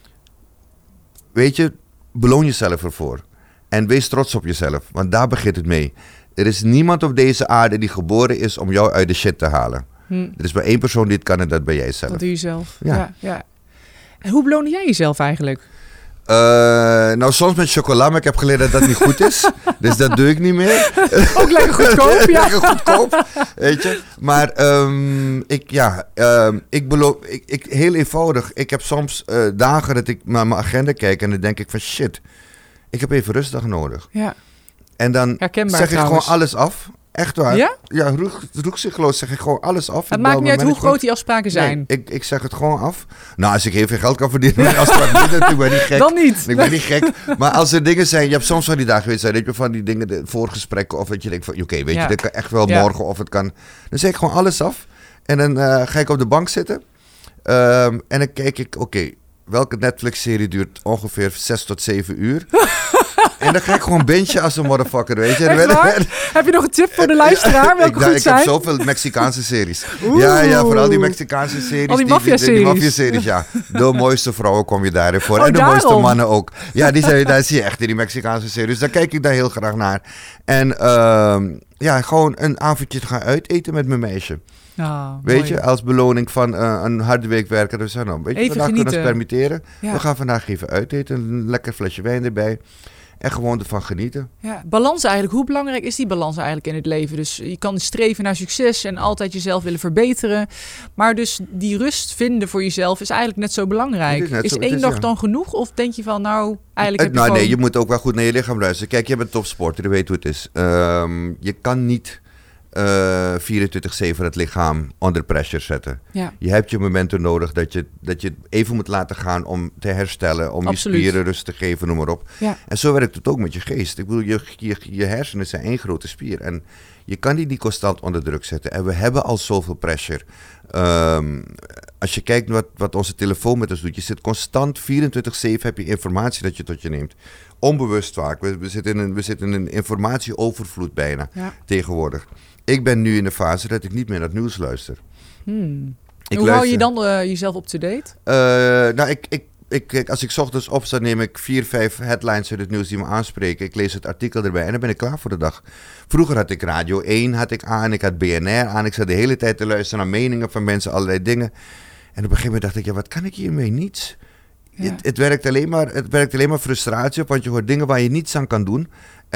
B: Weet je, beloon jezelf ervoor. En wees trots op jezelf, want daar begint het mee. Er is niemand op deze aarde die geboren is om jou uit de shit te halen. Hm. Er is maar één persoon die het kan en dat ben jij zelf.
A: Dat doe je zelf. Ja. Ja, ja. En hoe beloon jij jezelf eigenlijk?
B: Uh, nou, soms met chocola, maar ik heb geleerd dat dat niet goed is. Dus dat doe ik niet meer.
A: Ook lekker goedkoop, ja.
B: Lekker goedkoop, weet je. Maar um, ik, ja, um, ik beloof, ik, ik, heel eenvoudig. Ik heb soms uh, dagen dat ik naar mijn agenda kijk en dan denk ik van shit, ik heb even rustdag nodig. Ja. En dan
A: Herkenbaar,
B: zeg ik
A: trouwens.
B: gewoon alles af. Echt waar.
A: Ja?
B: Ja, roekzichtloos zeg ik gewoon alles af.
A: Het maakt niet uit hoe groot die afspraken zijn.
B: Nee, ik, ik zeg het gewoon af. Nou, als ik heel veel geld kan verdienen met afspraken, niet, natuurlijk ben ik niet gek.
A: Dan niet.
B: Ik ben niet gek. Maar als er dingen zijn, je hebt soms van die dagen geweest, dat je van die dingen, de voorgesprekken, of dat je denkt van, oké, okay, weet ja. je, dat kan echt wel ja. morgen, of het kan. Dan zeg ik gewoon alles af. En dan uh, ga ik op de bank zitten. Um, en dan kijk ik, oké, okay, welke Netflix-serie duurt ongeveer zes tot zeven uur? En dan ga ik gewoon bingen als een motherfucker, weet je.
A: Heb je nog een tip voor de luisteraar? Welke
B: ik,
A: goed
B: ik
A: zijn?
B: heb zoveel Mexicaanse series. Oeh. Ja, ja, vooral die Mexicaanse series.
A: Al die maffia-series.
B: Die, die, die maffia-series, ja. De mooiste vrouwen kom je daarin voor.
A: Oh,
B: en de
A: daarom.
B: mooiste mannen ook. Ja, die zijn, daar zie je echt in die Mexicaanse series. Daar kijk ik daar heel graag naar. En uh, ja, gewoon een avondje te gaan uiteten met mijn meisje.
A: Oh,
B: weet
A: mooi.
B: je, als beloning van uh, een harde week werken. Dus nou, weet je,
A: even
B: vandaag
A: genieten.
B: kunnen we ons permitteren.
A: Ja.
B: We gaan vandaag even uiteten. Een lekker flesje wijn erbij. En gewoon ervan genieten.
A: Ja, balans eigenlijk. Hoe belangrijk is die balans eigenlijk in het leven? Dus je kan streven naar succes en altijd jezelf willen verbeteren. Maar dus die rust vinden voor jezelf is eigenlijk net zo belangrijk. Is, is zo, één is, dag ja. dan genoeg? Of denk je van nou, eigenlijk
B: het,
A: heb je
B: nou,
A: gewoon...
B: Nee, je moet ook wel goed naar je lichaam luisteren. Kijk, je bent topsporter, je weet hoe het is. Um, je kan niet uh, vierentwintig zeven het lichaam onder pressure zetten. Ja. Je hebt je momenten nodig dat je, dat je even moet laten gaan om te herstellen, om Absoluut. je spieren rust te geven, noem maar op. Ja. En zo werkt het ook met je geest. Ik bedoel, je, je, je hersenen zijn één grote spier en je kan die niet constant onder druk zetten. En we hebben al zoveel pressure. Um, als je kijkt wat, wat onze telefoon met ons doet, je zit constant vierentwintig zeven heb je informatie dat je tot je neemt. Onbewust vaak. We, we, zitten in een, we zitten in een informatieovervloed bijna
A: Ja.
B: tegenwoordig. Ik ben nu in de fase dat ik niet meer naar het nieuws luister.
A: Hmm.
B: Ik
A: Hoe
B: luister,
A: hou je dan uh, jezelf up-to-date?
B: Uh, nou, ik, ik, ik, ik, als ik 's ochtends opsta, neem ik vier, vijf headlines uit het nieuws die me aanspreken. Ik lees het artikel erbij en dan ben ik klaar voor de dag. Vroeger had ik Radio één had ik aan, ik had B N R aan. Ik zat de hele tijd te luisteren naar meningen van mensen, allerlei dingen. En op een gegeven moment dacht ik, ja, wat kan ik hiermee? Niets. Ja. Het, het, werkt alleen maar, het werkt alleen maar frustratie op, want je hoort dingen waar je niets aan kan doen.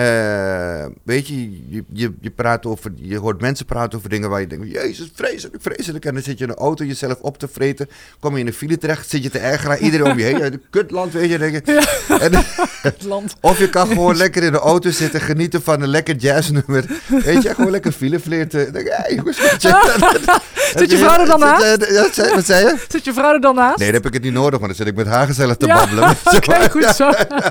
B: Uh, weet je, je, je, je, praat over, je hoort mensen praten over dingen waar je denkt, jezus, vreselijk, vreselijk. En dan zit je in een auto jezelf op te vreten, kom je in een file terecht, zit je te ergeren aan iedereen om je heen. Ja, kutland, weet je. Denk je. Ja. En,
A: Kutland.
B: Of je kan gewoon lekker in de auto zitten, genieten van een lekker jazznummer. Weet je, gewoon lekker file flirten. Denk, hey, hoe is het?
A: Zit je vrouw er dan naast?
B: Ja, wat zei je?
A: Zit je vrouw er dan naast?
B: Nee, dan heb ik het niet nodig, want dan zit ik met haar gezellig te ja. babbelen.
A: Oké, okay, goed zo.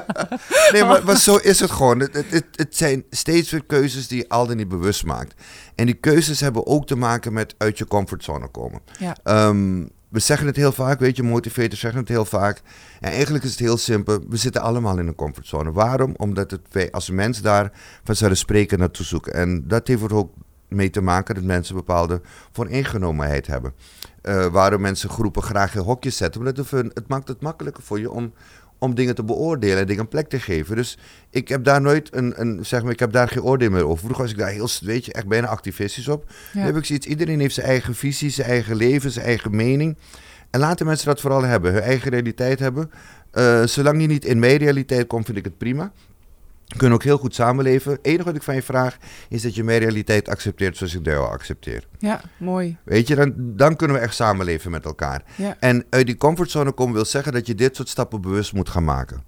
B: Nee, maar, maar zo is het gewoon. Het, het, het zijn steeds weer keuzes die je altijd niet bewust maakt. En die keuzes hebben ook te maken met uit je comfortzone komen. Ja. Um, we zeggen het heel vaak, weet je, motivators zeggen het heel vaak. En eigenlijk is het heel simpel. We zitten allemaal in een comfortzone. Waarom? Omdat het, wij als mens daar van zouden spreken naartoe zoeken. En dat heeft er ook mee te maken dat mensen bepaalde vooringenomenheid hebben. Uh, waarom mensen groepen graag in hokjes zetten. Omdat het, het maakt het makkelijker voor je om... om dingen te beoordelen en dingen een plek te geven. Dus ik heb daar nooit een, een zeg maar, ik heb daar geen oordeel meer over. Vroeger was ik daar heel, weet je, echt bijna activistisch op. Ja. Nu heb ik zoiets, iedereen heeft zijn eigen visie, zijn eigen leven, zijn eigen mening. En laten mensen dat vooral hebben, hun eigen realiteit hebben. Uh, zolang je niet in mijn realiteit komt, vind ik het prima. We kunnen ook heel goed samenleven. Het enige wat ik van je vraag is dat je mijn realiteit accepteert zoals ik de jou accepteer.
A: Ja, mooi.
B: Weet je, dan, dan kunnen we echt samenleven met elkaar. Ja. En uit die comfortzone komen wil zeggen dat je dit soort stappen bewust moet gaan maken.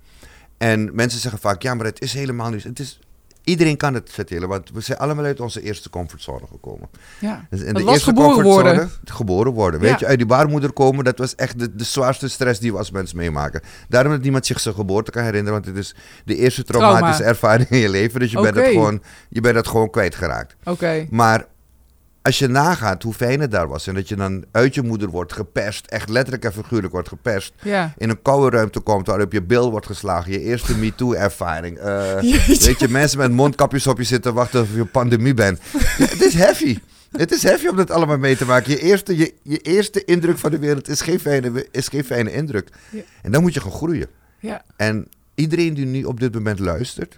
B: En mensen zeggen vaak, ja, maar het is helemaal niet... Het is, iedereen kan het vertellen, want we zijn allemaal uit onze eerste comfortzone gekomen.
A: Ja,
B: dus in
A: dat
B: de
A: was
B: eerste
A: geboren worden.
B: Geboren worden. Weet ja. je, uit die baarmoeder komen, dat was echt de, de zwaarste stress die we als mens meemaken. Daarom dat niemand zich zijn geboorte kan herinneren, want het is de eerste traumatische Trauma. ervaring in je leven. Dus je, okay. bent, dat gewoon, je bent dat gewoon kwijtgeraakt.
A: Okay.
B: Maar als je nagaat hoe fijn het daar was en dat je dan uit je moeder wordt gepest, echt letterlijk en figuurlijk wordt gepest,
A: ja.
B: in een koude ruimte komt waarop je bil wordt geslagen, je eerste MeToo-ervaring. Uh, weet je, mensen met mondkapjes op je zitten wachten of je een pandemie bent. Ja, het is heavy. Het is heavy om dat allemaal mee te maken. Je eerste, je, je eerste indruk van de wereld is geen fijne, is geen fijne indruk. Ja. En dan moet je gaan groeien.
A: Ja.
B: En iedereen die nu op dit moment luistert,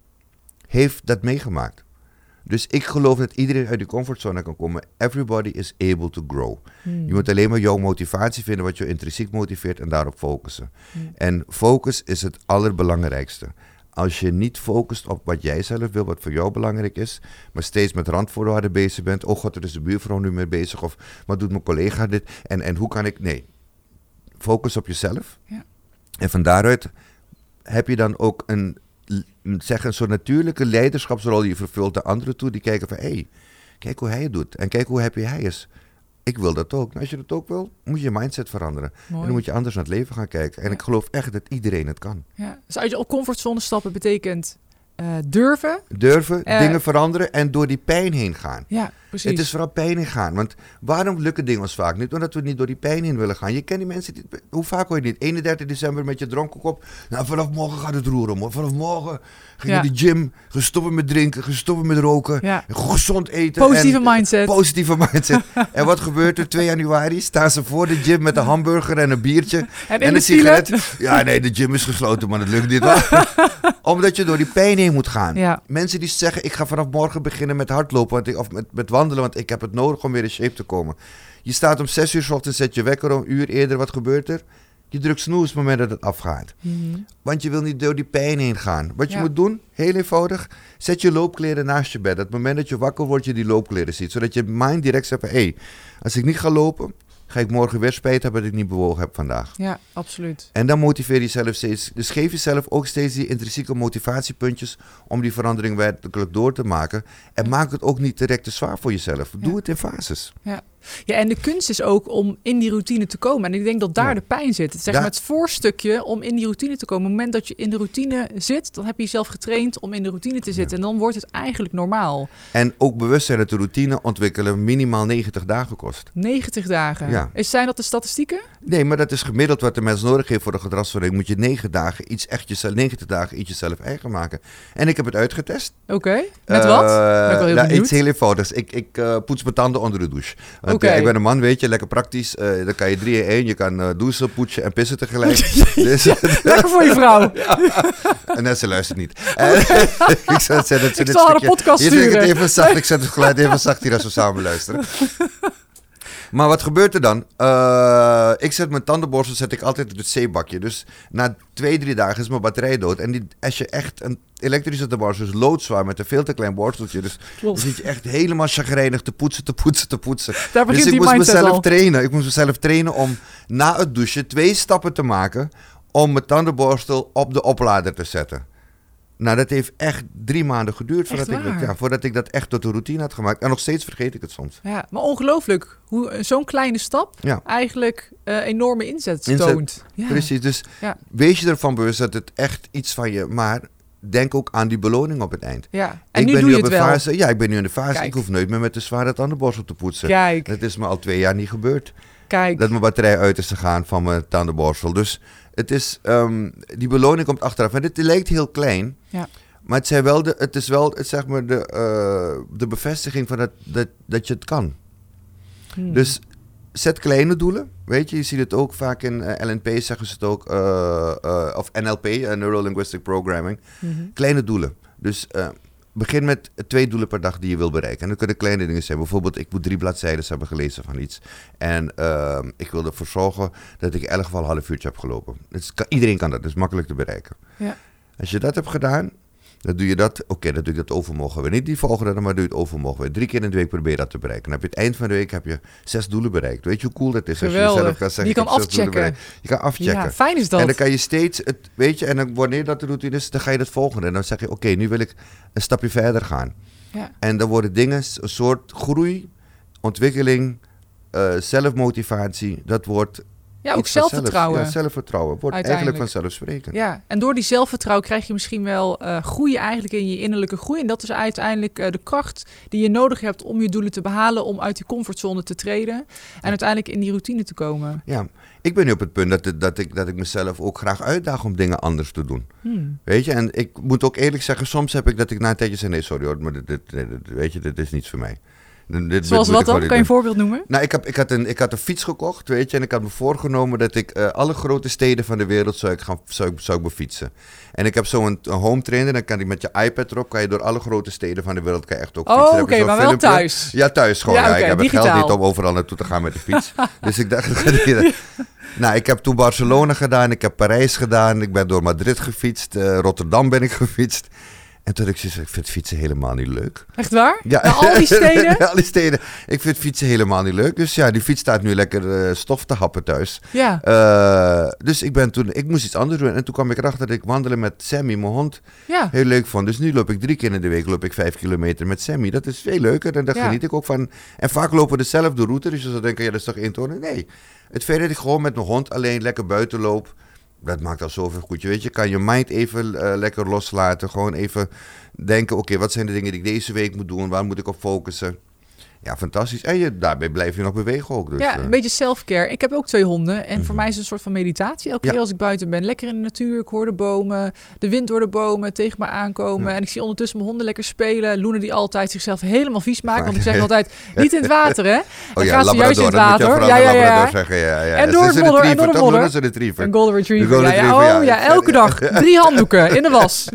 B: heeft dat meegemaakt. Dus ik geloof dat iedereen uit die comfortzone kan komen. Everybody is able to grow. Hmm. Je moet alleen maar jouw motivatie vinden, wat je intrinsiek motiveert en daarop focussen. Hmm. En focus is het allerbelangrijkste. Als je niet focust op wat jij zelf wil, wat voor jou belangrijk is, maar steeds met randvoorwaarden bezig bent. Oh god, er is de buurvrouw nu mee bezig. Of wat doet mijn collega dit? En, en hoe kan ik... Nee. Focus op jezelf.
A: Ja.
B: En van daaruit heb je dan ook een... zeg een soort natuurlijke leiderschapsrol die je vervult naar anderen toe. Die kijken van, hé, hey, kijk hoe hij het doet. En kijk hoe happy hij is. Ik wil dat ook. Nou, als je dat ook wil, moet je je mindset veranderen. Mooi. En dan moet je anders naar het leven gaan kijken. En ja. ik geloof echt dat iedereen het kan.
A: Ja. Dus uit je comfortzone stappen betekent uh, durven.
B: Durven,
A: uh,
B: dingen veranderen en door die pijn heen gaan.
A: Ja, precies.
B: Het is vooral pijn heen gaan. Want waarom lukken dingen ons vaak niet? Omdat we niet door die pijn heen willen gaan. Je kent die mensen, die, hoe vaak hoor je niet? eenendertig december met je dronken kop. Nou, vanaf morgen gaat het roeren, hoor. Vanaf morgen ga je ja. naar de gym. Gestoppen met drinken, gestoppen met roken.
A: Ja.
B: Gezond eten.
A: Positieve
B: en,
A: mindset.
B: Positieve mindset. En wat gebeurt er? twee januari staan ze voor de gym met een hamburger en een biertje.
A: En,
B: en
A: een
B: sigaret. Ja, nee, de gym is gesloten, maar dat lukt niet. Omdat je door die pijn heen moet gaan.
A: Ja.
B: Mensen die zeggen, ik ga vanaf morgen beginnen met hardlopen want ik, of met, met wandelen, want ik heb het nodig om weer in shape te komen. Je staat om zes uur 's ochtends, zet je wekker om een uur eerder. Wat gebeurt er? Je drukt snoes op het moment dat het afgaat.
A: Mm-hmm.
B: Want je wil niet door die pijn heen gaan. Wat je
A: ja.
B: moet doen, heel eenvoudig, zet je loopkleren naast je bed. Op het moment dat je wakker wordt, je die loopkleren ziet. Zodat je mind direct zegt van, hé, hey, als ik niet ga lopen, ga ik morgen weer spijt hebben dat ik niet bewogen heb vandaag.
A: Ja, absoluut.
B: En dan motiveer je jezelf steeds. Dus geef jezelf ook steeds die intrinsieke motivatiepuntjes om die verandering werkelijk door te maken. En ja. maak het ook niet direct te zwaar voor jezelf. Doe ja. het in fases.
A: Ja. Ja, en de kunst is ook om in die routine te komen. En ik denk dat daar
B: Ja.
A: de pijn zit. Het zeg
B: Daar-
A: maar het voorstukje om in die routine te komen. Op het moment dat je in de routine zit, dan heb je jezelf getraind om in de routine te zitten. En dan wordt het eigenlijk normaal.
B: En ook bewustzijn dat de routine ontwikkelen minimaal negentig dagen kost.
A: negentig dagen.
B: Ja.
A: Is, zijn dat de statistieken?
B: Nee, maar dat is gemiddeld wat de mens nodig heeft voor de gedragsverandering. Moet je negen dagen iets echt jezelf, negentig dagen iets jezelf eigen maken. En ik heb het uitgetest.
A: Oké. Met wat?
B: Uh,
A: Ben ik wel heel
B: nou,
A: benieuwd.
B: iets heel eenvoudigs. Ik, ik uh, poets mijn tanden onder de douche. Want
A: Oké.
B: uh, ik ben een man, weet je, lekker praktisch. Uh, dan kan je drie in één. Je kan uh, douchen, poetsen en pissen tegelijk. Dus,
A: Lekker voor je vrouw.
B: en net, ze luistert niet. Okay. ik zou het zeggen, dat ze
A: ik
B: dit
A: zal haar een
B: stukje-
A: podcast
B: Je zegt
A: sturen.
B: het even zacht. Ik zet het geluid even zacht hier als we samen luisteren. Maar wat gebeurt er dan? Uh, ik zet mijn tandenborstel zet ik altijd op het zeebakje. Dus na twee, drie dagen is mijn batterij dood. En die, als je echt een elektrische tandenborstel is loodzwaar met een veel te klein borsteltje. Dus dan zit je echt helemaal chagrijnig te poetsen, te poetsen, te poetsen.
A: Daar begint
B: dus ik
A: die
B: moest
A: mindset
B: mezelf
A: al.
B: trainen. Ik moest mezelf trainen om na het douchen twee stappen te maken om mijn tandenborstel op de oplader te zetten. Nou, dat heeft echt drie maanden geduurd voordat ik, dat, ja, voordat ik dat echt tot een routine had gemaakt. En nog steeds vergeet ik het soms.
A: Ja, maar ongelooflijk hoe zo'n kleine stap
B: Ja.
A: eigenlijk uh, enorme inzet,
B: Inzet,
A: toont. Ja.
B: Precies, dus
A: Ja.
B: wees je ervan bewust dat het echt iets van je... Maar denk ook aan die beloning op het eind.
A: Ja. En
B: ik
A: nu
B: ben
A: doe
B: nu
A: je
B: op
A: het
B: een
A: wel.
B: fase, ja, ik ben nu in de fase.
A: Kijk.
B: Ik hoef nooit meer met de zware tandenborstel te poetsen.
A: Kijk,
B: Dat is me al twee jaar niet gebeurd.
A: kijk.
B: Dat mijn batterij uit is gegaan van mijn tandenborstel. Dus het is, um, die beloning komt achteraf. En dit lijkt heel klein...
A: Ja.
B: Maar het, zijn wel de, het is wel het, zeg maar de, uh, de bevestiging van dat, dat, dat je het kan.
A: Hmm.
B: Dus zet kleine doelen. Weet je, je ziet het ook vaak in uh, L N P, zeggen ze het ook. Uh, uh, of N L P, uh, Neuro Linguistic Programming.
A: Mm-hmm.
B: Kleine doelen. Dus uh, begin met twee doelen per dag die je wil bereiken. En dat kunnen kleine dingen zijn. Bijvoorbeeld, ik moet drie bladzijden hebben gelezen van iets. En uh, ik wil ervoor zorgen dat ik in elk geval een half uurtje heb gelopen. Dus kan, iedereen kan dat, dat is makkelijk te bereiken.
A: Ja.
B: Als je dat hebt gedaan... Dan doe je dat, oké, okay, dan doe je dat overmorgen weer. Niet die volgende, maar doe je het overmorgen weer. Drie keer in de week probeer je dat te bereiken. Dan heb je het eind van de week heb je zes doelen bereikt. Weet je hoe cool dat is?
A: Geweldig.
B: Als je jezelf kan zeggen,
A: je kan
B: ik heb zes doelen
A: afchecken.
B: bereikt. Je kan afchecken.
A: Ja, fijn is dat.
B: En dan kan je steeds, het, weet je, en dan, wanneer dat de routine is, dan ga je dat volgende. En dan zeg je, oké, okay, nu wil ik een stapje verder gaan.
A: Ja.
B: En dan worden dingen, een soort groei, ontwikkeling, uh, zelfmotivatie, dat wordt...
A: Ja, ook zelfvertrouwen.
B: Ja, zelfvertrouwen. Wordt eigenlijk vanzelfsprekend.
A: Ja, en door die zelfvertrouwen krijg je misschien wel uh, groei eigenlijk in je innerlijke groei. En dat is uiteindelijk uh, de kracht die je nodig hebt om je doelen te behalen, om uit die comfortzone te treden en ja. uiteindelijk in die routine te komen.
B: Ja, ik ben nu op het punt dat, dat, ik, dat ik mezelf ook graag uitdaag om dingen anders te doen. Hmm. Weet je, en ik moet ook eerlijk zeggen, soms heb ik dat ik na een tijdje zeg, nee, sorry hoor, maar dit, dit, dit, weet je, dit is niets voor mij.
A: Dit, Zoals wat dan? Kan je een voorbeeld noemen?
B: Nou, ik, heb, ik, had een, ik had een fiets gekocht, weet je. En ik had me voorgenomen dat ik uh, alle grote steden van de wereld zou ik, gaan, zou ik, zou ik befietsen. En ik heb zo'n een home trainer. Dan kan je met je iPad erop, kan je door alle grote steden van de wereld kan je echt ook fietsen.
A: Oh, oké, okay, maar
B: filmpje.
A: wel thuis?
B: Ja, thuis gewoon. Ja,
A: ja,
B: ja.
A: Okay,
B: ik heb
A: digitaal.
B: het geld niet om overal naartoe te gaan met de fiets. Dus ik dacht... Nou, ik heb toen Barcelona gedaan, ik heb Parijs gedaan. Ik ben door Madrid gefietst, uh, Rotterdam ben ik gefietst. En toen ik zei, ik vind fietsen helemaal niet leuk.
A: Echt waar?
B: Ja.
A: Naar al die steden?
B: Naar al die steden. Ik vind fietsen helemaal niet leuk. Dus ja, die fiets staat nu lekker uh, stof te happen thuis.
A: Ja.
B: Uh, dus ik ben toen, ik moest iets anders doen. En toen kwam ik erachter dat ik wandelen met Sammy, mijn hond,
A: ja. heel
B: leuk vond. Dus nu loop ik drie keer in de week loop ik vijf kilometer met Sammy. Dat is veel leuker en daar ja. geniet ik ook van. En vaak lopen we dezelfde route. Dus je zou denken, ja, dat is toch één toren? Nee. Het feit dat ik gewoon met mijn hond alleen lekker buiten loop, dat maakt al zoveel goed. Je weet, je kan je mind even uh, lekker loslaten. Gewoon even denken, oké, okay, wat zijn de dingen die ik deze week moet doen? Waar moet ik op focussen? Ja, fantastisch. En je, daarbij blijf je nog bewegen ook. Dus,
A: ja, een uh. beetje self-care. Ik heb ook twee honden. En mm-hmm. voor mij is het een soort van meditatie. Elke ja. keer als ik buiten ben, lekker in de natuur. Ik hoor de bomen, de wind door de bomen tegen me aankomen. Ja. En ik zie ondertussen mijn honden lekker spelen. Loenen die altijd zichzelf helemaal vies maken. Want ik zeg altijd, niet in het water, hè? Dan
B: oh ja,
A: gaan ze juist in het water.
B: Ja, ja, ja. Zeggen, ja, ja.
A: En door het modder, en door de modder.
B: Een retriever.
A: Een golden retriever.
B: golden
A: ja, ja.
B: retriever.
A: Oh ja, elke dag. Drie handdoeken in de was.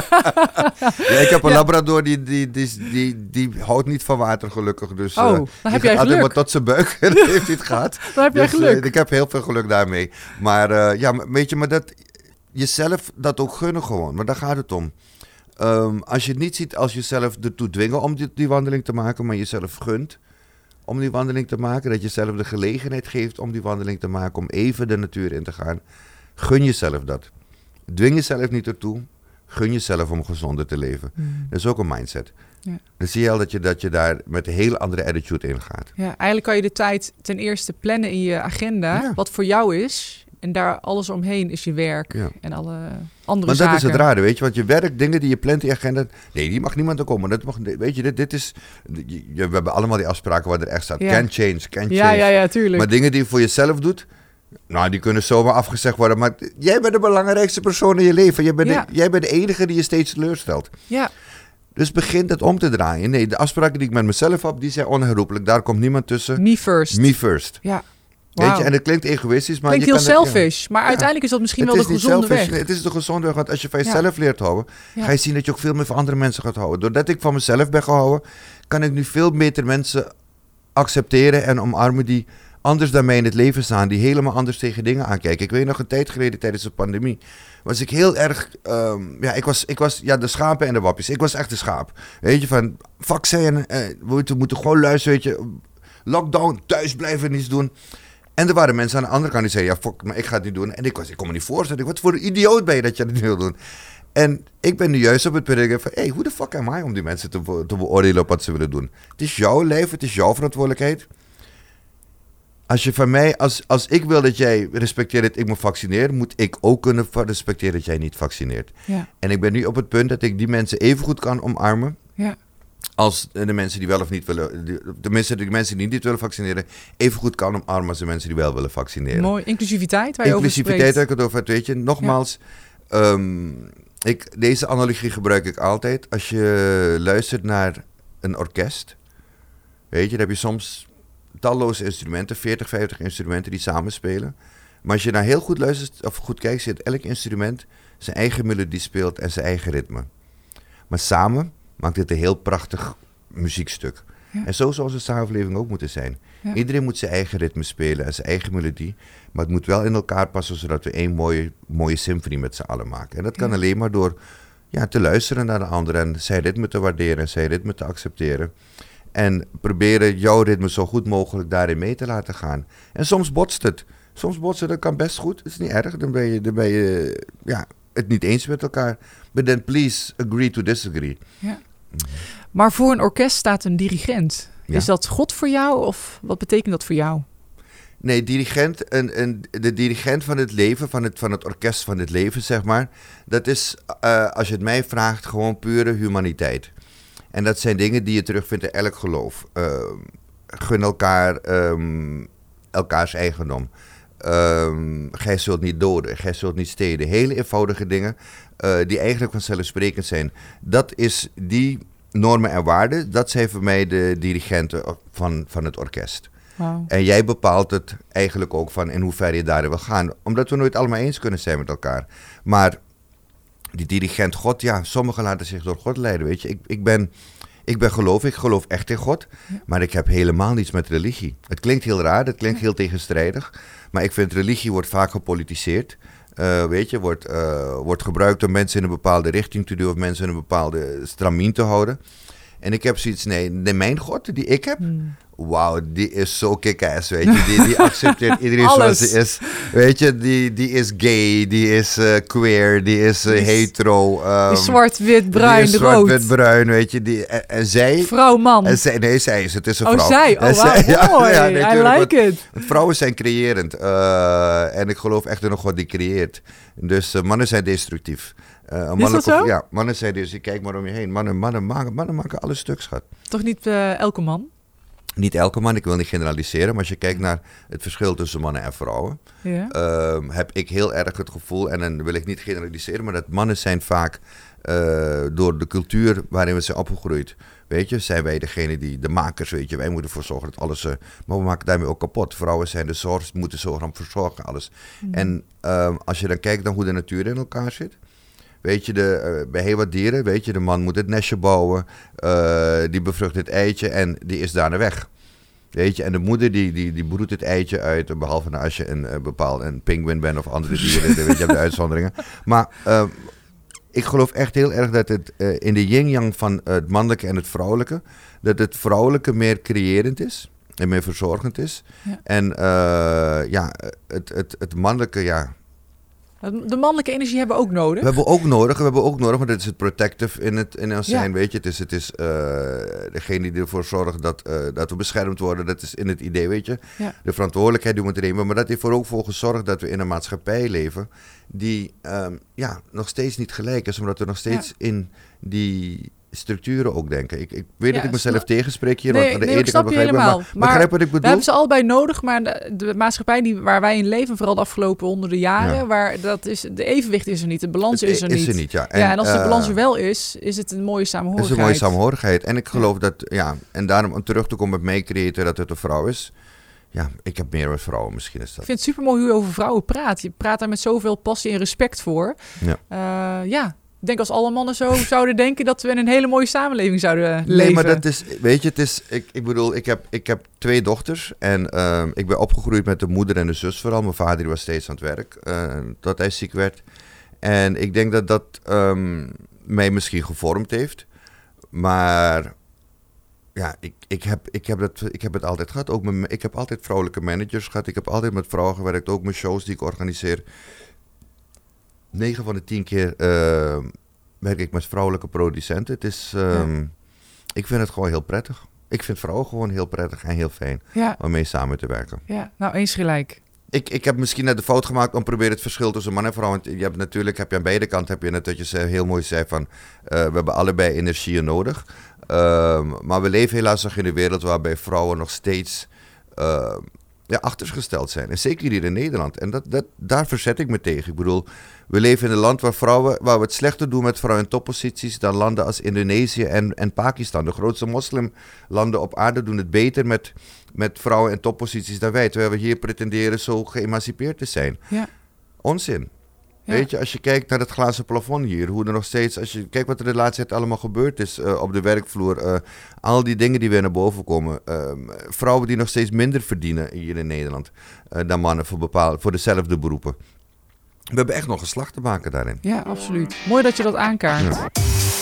B: ja, ik heb een ja. labrador, die, die, die, die, die houdt niet van water gelukkig. Dus,
A: oh, dan
B: uh,
A: heb jij geluk.
B: Maar tot zijn buik en heeft hij het gehad.
A: Dan heb jij
B: dus,
A: geluk.
B: Uh, ik heb heel veel geluk daarmee. Maar uh, ja, weet je, maar dat jezelf dat ook gunnen gewoon. Maar daar gaat het om. Um, als je het niet ziet als jezelf ertoe dwingen om die, die wandeling te maken, maar jezelf gunt om die wandeling te maken, dat je zelf de gelegenheid geeft om die wandeling te maken, om even de natuur in te gaan. Gun jezelf dat. Dwing jezelf niet ertoe. gun jezelf om gezonder te leven.
A: Mm.
B: Dat is ook een mindset.
A: Ja.
B: Dan zie je al dat je, dat je daar met een hele andere attitude in gaat.
A: Ja, eigenlijk kan je de tijd ten eerste plannen in je agenda,
B: Ja.
A: wat voor jou is. En daar alles omheen is je werk
B: Ja.
A: en alle andere
B: Maar
A: zaken.
B: dat is het rare, weet je. Want je werk, dingen die je plant in je agenda... Nee, die mag niemand er komen. Dat mag, weet je, dit, dit is... je- we hebben allemaal die afspraken waar er echt staat.
A: Ja.
B: Can change, can change.
A: Ja, ja, ja, tuurlijk.
B: Maar dingen die je voor jezelf doet... Nou, die kunnen zomaar afgezegd worden. Maar jij bent de belangrijkste persoon in je leven. Jij bent,
A: Ja.
B: de, jij bent de enige die je steeds teleurstelt.
A: Ja,
B: Dus begin het om te draaien. Nee, de afspraken die ik met mezelf heb, die zijn onherroepelijk. Daar komt niemand tussen.
A: me first.
B: Me first.
A: Ja.
B: Weet
A: Wauw.
B: je, en het klinkt egoïstisch, maar
A: Klinkt
B: je
A: heel
B: kan het- ja.
A: selfish, maar uiteindelijk is dat misschien wel de
B: Het is niet
A: gezonde
B: selfish,
A: weg.
B: nee, het is de gezonde weg, want als je van
A: Ja.
B: jezelf leert houden,
A: Ja.
B: ga je zien dat je ook veel meer van andere mensen gaat houden. Doordat ik van mezelf ben gehouden, kan ik nu veel beter mensen accepteren en omarmen die anders dan mij in het leven staan, die helemaal anders tegen dingen aankijken. Ik weet nog een tijd geleden tijdens de pandemie, was ik heel erg, um, ja, ik was, ik was, ja, de schapen en de wappies. Ik was echt de schaap. Weet je, van, vaccin, eh, we moeten, moeten gewoon luisteren, weet je, lockdown, thuis blijven, niets doen. En er waren mensen aan de andere kant die zeiden, ja, fuck, maar ik ga het niet doen. En ik was, ik kon me niet voorstellen, wat voor een idioot ben je dat je dat niet wil doen. En ik ben nu juist op het punt dat ik denk van, hé, hey, hoe de fuck am I om die mensen te, te beoordelen op wat ze willen doen? Het is jouw leven, het is jouw verantwoordelijkheid. Als je van mij, als, als ik wil dat jij respecteert dat ik me vaccineer, moet ik ook kunnen respecteren dat jij niet vaccineert.
A: Ja,
B: En ik ben nu op het punt dat ik die mensen even goed kan omarmen
A: ja,
B: als de mensen die wel of niet willen, die- tenminste de mensen die niet willen vaccineren, even goed kan omarmen als de mensen die wel willen vaccineren.
A: mooi. Inclusiviteit, waar je over
B: Inclusiviteit, waar
A: spreekt.
B: ik het over heb, weet je. Nogmaals, ehm, ik, deze analogie gebruik ik altijd. Als je luistert naar een orkest, weet je, dan heb je soms talloze instrumenten, veertig, vijftig instrumenten die samenspelen. Maar als je naar heel goed luistert of goed kijkt, zie je dat elk instrument zijn eigen melodie speelt en zijn eigen ritme. Maar samen maakt dit een heel prachtig muziekstuk.
A: Ja.
B: En zo zou onze samenleving ook moeten zijn.
A: Ja.
B: Iedereen moet zijn eigen ritme spelen en zijn eigen melodie. Maar het moet wel in elkaar passen, zodat we één mooie, mooie symfonie met z'n allen maken. En dat kan
A: Ja.
B: alleen maar door ja, te luisteren naar de ander en zijn ritme te waarderen en zijn ritme te accepteren. En proberen jouw ritme zo goed mogelijk daarin mee te laten gaan. En soms botst het. Soms botst het, dat kan best goed. Dat is niet erg. Dan ben je, dan ben je ja, het niet eens met elkaar. But then please agree to disagree.
A: Ja. Maar voor een orkest staat een dirigent.
B: Ja.
A: Is dat God voor jou of wat betekent dat voor jou?
B: Nee, dirigent, een, een, de dirigent van het leven, van het, van het orkest van het leven, zeg maar. Dat is, uh, als je het mij vraagt, gewoon pure humaniteit. En dat zijn dingen die je terugvindt in elk geloof. Uh, gun elkaar um, elkaars eigendom. Um, gij zult niet doden, gij zult niet stelen. Hele eenvoudige dingen uh, die eigenlijk vanzelfsprekend zijn. Dat is die normen en waarden, dat zijn voor mij de dirigenten van, van het orkest.
A: Wow.
B: En jij bepaalt het eigenlijk ook van in hoeverre je daarin wil gaan. Omdat we nooit allemaal eens kunnen zijn met elkaar. Maar die dirigent God, ja, sommigen laten zich door God leiden, weet je. Ik, ik ben... Ik ben geloof, ik geloof echt in God, ja. Maar ik heb helemaal niets met religie. Het klinkt heel raar, het klinkt heel tegenstrijdig, maar ik vind religie wordt vaak gepolitiseerd. Uh, weet je, wordt, uh, wordt gebruikt om mensen in een bepaalde richting te duwen of mensen in een bepaalde stramien te houden. En ik heb zoiets, nee, nee mijn God die ik heb, hmm. wauw, die is zo kick-ass, weet je. Die, die accepteert iedereen zoals hij is. Weet je, die, die is gay, die is uh, queer, die is uh, hetero. Um,
A: die zwart, wit, bruin,
B: die is
A: rood.
B: zwart, wit, bruin, weet je. Die, en, en zij...
A: Vrouw, man.
B: En zij, nee, zij is het. Het is een
A: oh,
B: vrouw.
A: zij? Oh,
B: en
A: wow,
B: zij, ja,
A: mooi.
B: ja, nee,
A: I like
B: want,
A: it.
B: Want vrouwen zijn creërend. Uh, en ik geloof echt in een God die creëert. Dus uh, mannen zijn destructief. Uh,
A: is dat zo?
B: Ja, mannen zijn dus, kijk maar om je heen. Mannen, mannen, maken, mannen maken alles stuk, schat.
A: Toch niet uh, elke man?
B: Niet elke man, ik wil niet generaliseren. Maar als je kijkt naar het verschil tussen mannen en vrouwen.
A: Ja.
B: Uh, heb ik heel erg het gevoel, en dan wil ik niet generaliseren. Maar dat mannen zijn vaak uh, door de cultuur waarin we zijn opgegroeid. Weet je, zijn wij degene die, de makers, weet je. Wij moeten ervoor zorgen dat alles... Uh, maar we maken daarmee ook kapot. Vrouwen zijn de zorg, moeten zorgen voor verzorgen, alles. Mm. En uh, als je dan kijkt naar hoe de natuur in elkaar zit. Weet je, de, uh, bij heel wat dieren, weet je, de man moet het nestje bouwen. Uh, die bevrucht het eitje en die is daarna weg. Weet je, en de moeder die, die, die broedt het eitje uit. Behalve nou als je een uh, bepaald een pinguïn bent of andere dieren. Dan weet je, hebt de uitzonderingen. Maar... Uh, ik geloof echt heel erg dat het uh, in de yin-yang van uh, het mannelijke en het vrouwelijke, dat het vrouwelijke meer creërend is en meer verzorgend is. Ja. En uh, ja, het, het, het mannelijke, ja,
A: De mannelijke energie hebben we ook nodig.
B: We hebben ook nodig, we hebben ook nodig, want het is het protective in, het, in ons
A: Ja.
B: zijn, weet je. Het is, het is uh, degene die ervoor zorgt dat, uh, dat we beschermd worden, dat is in het idee, weet je.
A: Ja.
B: De verantwoordelijkheid die we moeten nemen, maar dat heeft er ook voor gezorgd dat we in een maatschappij leven die um, ja, nog steeds niet gelijk is, omdat we nog steeds ja. in die structuren ook denken. Ik, ik weet
A: ja,
B: dat ik mezelf
A: snap...
B: tegenspreek hier,
A: nee,
B: want aan de
A: nee,
B: ene kant begrijp ik, maar, maar begrijp wat ik bedoel?
A: We hebben ze allebei nodig, maar de, de maatschappij die, waar wij in leven, vooral de afgelopen honderden jaren, ja. waar dat is, de evenwicht is er niet, de balans
B: het
A: is er
B: is
A: niet.
B: Er niet ja. En,
A: ja, en als de
B: uh,
A: balans er wel is, is het een mooie samenhorigheid.
B: Het is een mooie samenhorigheid. En ik geloof ja. dat, ja, en daarom om terug te komen met mijn creator, dat het een vrouw is. Ja, ik heb meer met vrouwen, misschien is dat.
A: Ik vind het super mooi hoe je over vrouwen praat. Je praat daar met zoveel passie en respect voor.
B: Ja.
A: Uh, ja. Ik denk als alle mannen zo zouden denken dat we in een hele mooie samenleving zouden leven.
B: Nee, maar dat is, weet je, het is, ik, ik bedoel, ik heb, ik heb twee dochters en uh, ik ben opgegroeid met de moeder en de zus vooral. Mijn vader was steeds aan het werk, uh, tot hij ziek werd. En ik denk dat dat um, mij misschien gevormd heeft, maar ja, ik, ik, heb, ik, heb dat, ik heb het altijd gehad. Ook mijn, ik heb altijd vrouwelijke managers gehad, ik heb altijd met vrouwen gewerkt, ook mijn shows die ik organiseer. negen van de tien keer uh, werk ik met vrouwelijke producenten. Het is, um, ja. Ik vind het gewoon heel prettig. Ik vind vrouwen gewoon heel prettig en heel fijn ja. om mee samen te werken.
A: Ja, nou eens gelijk.
B: Ik, ik heb misschien net de fout gemaakt om te proberen het verschil tussen man en vrouw. Want je hebt natuurlijk heb je aan beide kanten heb je net dat je zei, heel mooi zei van uh, we hebben allebei energieën nodig. Uh, maar we leven helaas nog in een wereld waarbij vrouwen nog steeds uh, ja, achtergesteld zijn. En zeker hier in Nederland. En dat, dat, daar verzet ik me tegen. Ik bedoel, we leven in een land waar, vrouwen, waar we het slechter doen met vrouwen in topposities dan landen als Indonesië en, en Pakistan. De grootste moslimlanden op aarde doen het beter met, met vrouwen in topposities dan wij. Terwijl we hier pretenderen zo geëmancipeerd te zijn. Ja. Onzin. Ja. Weet je, als je kijkt naar het glazen plafond hier, hoe er nog steeds, als je kijkt wat er de laatste tijd allemaal gebeurd is uh, op de werkvloer, uh, al die dingen die weer naar boven komen, uh, vrouwen die nog steeds minder verdienen hier in Nederland uh, dan mannen voor, bepaald, voor dezelfde beroepen. We hebben echt nog een slag te maken daarin.
A: Ja, absoluut. Mooi dat je dat aankaart. Ja.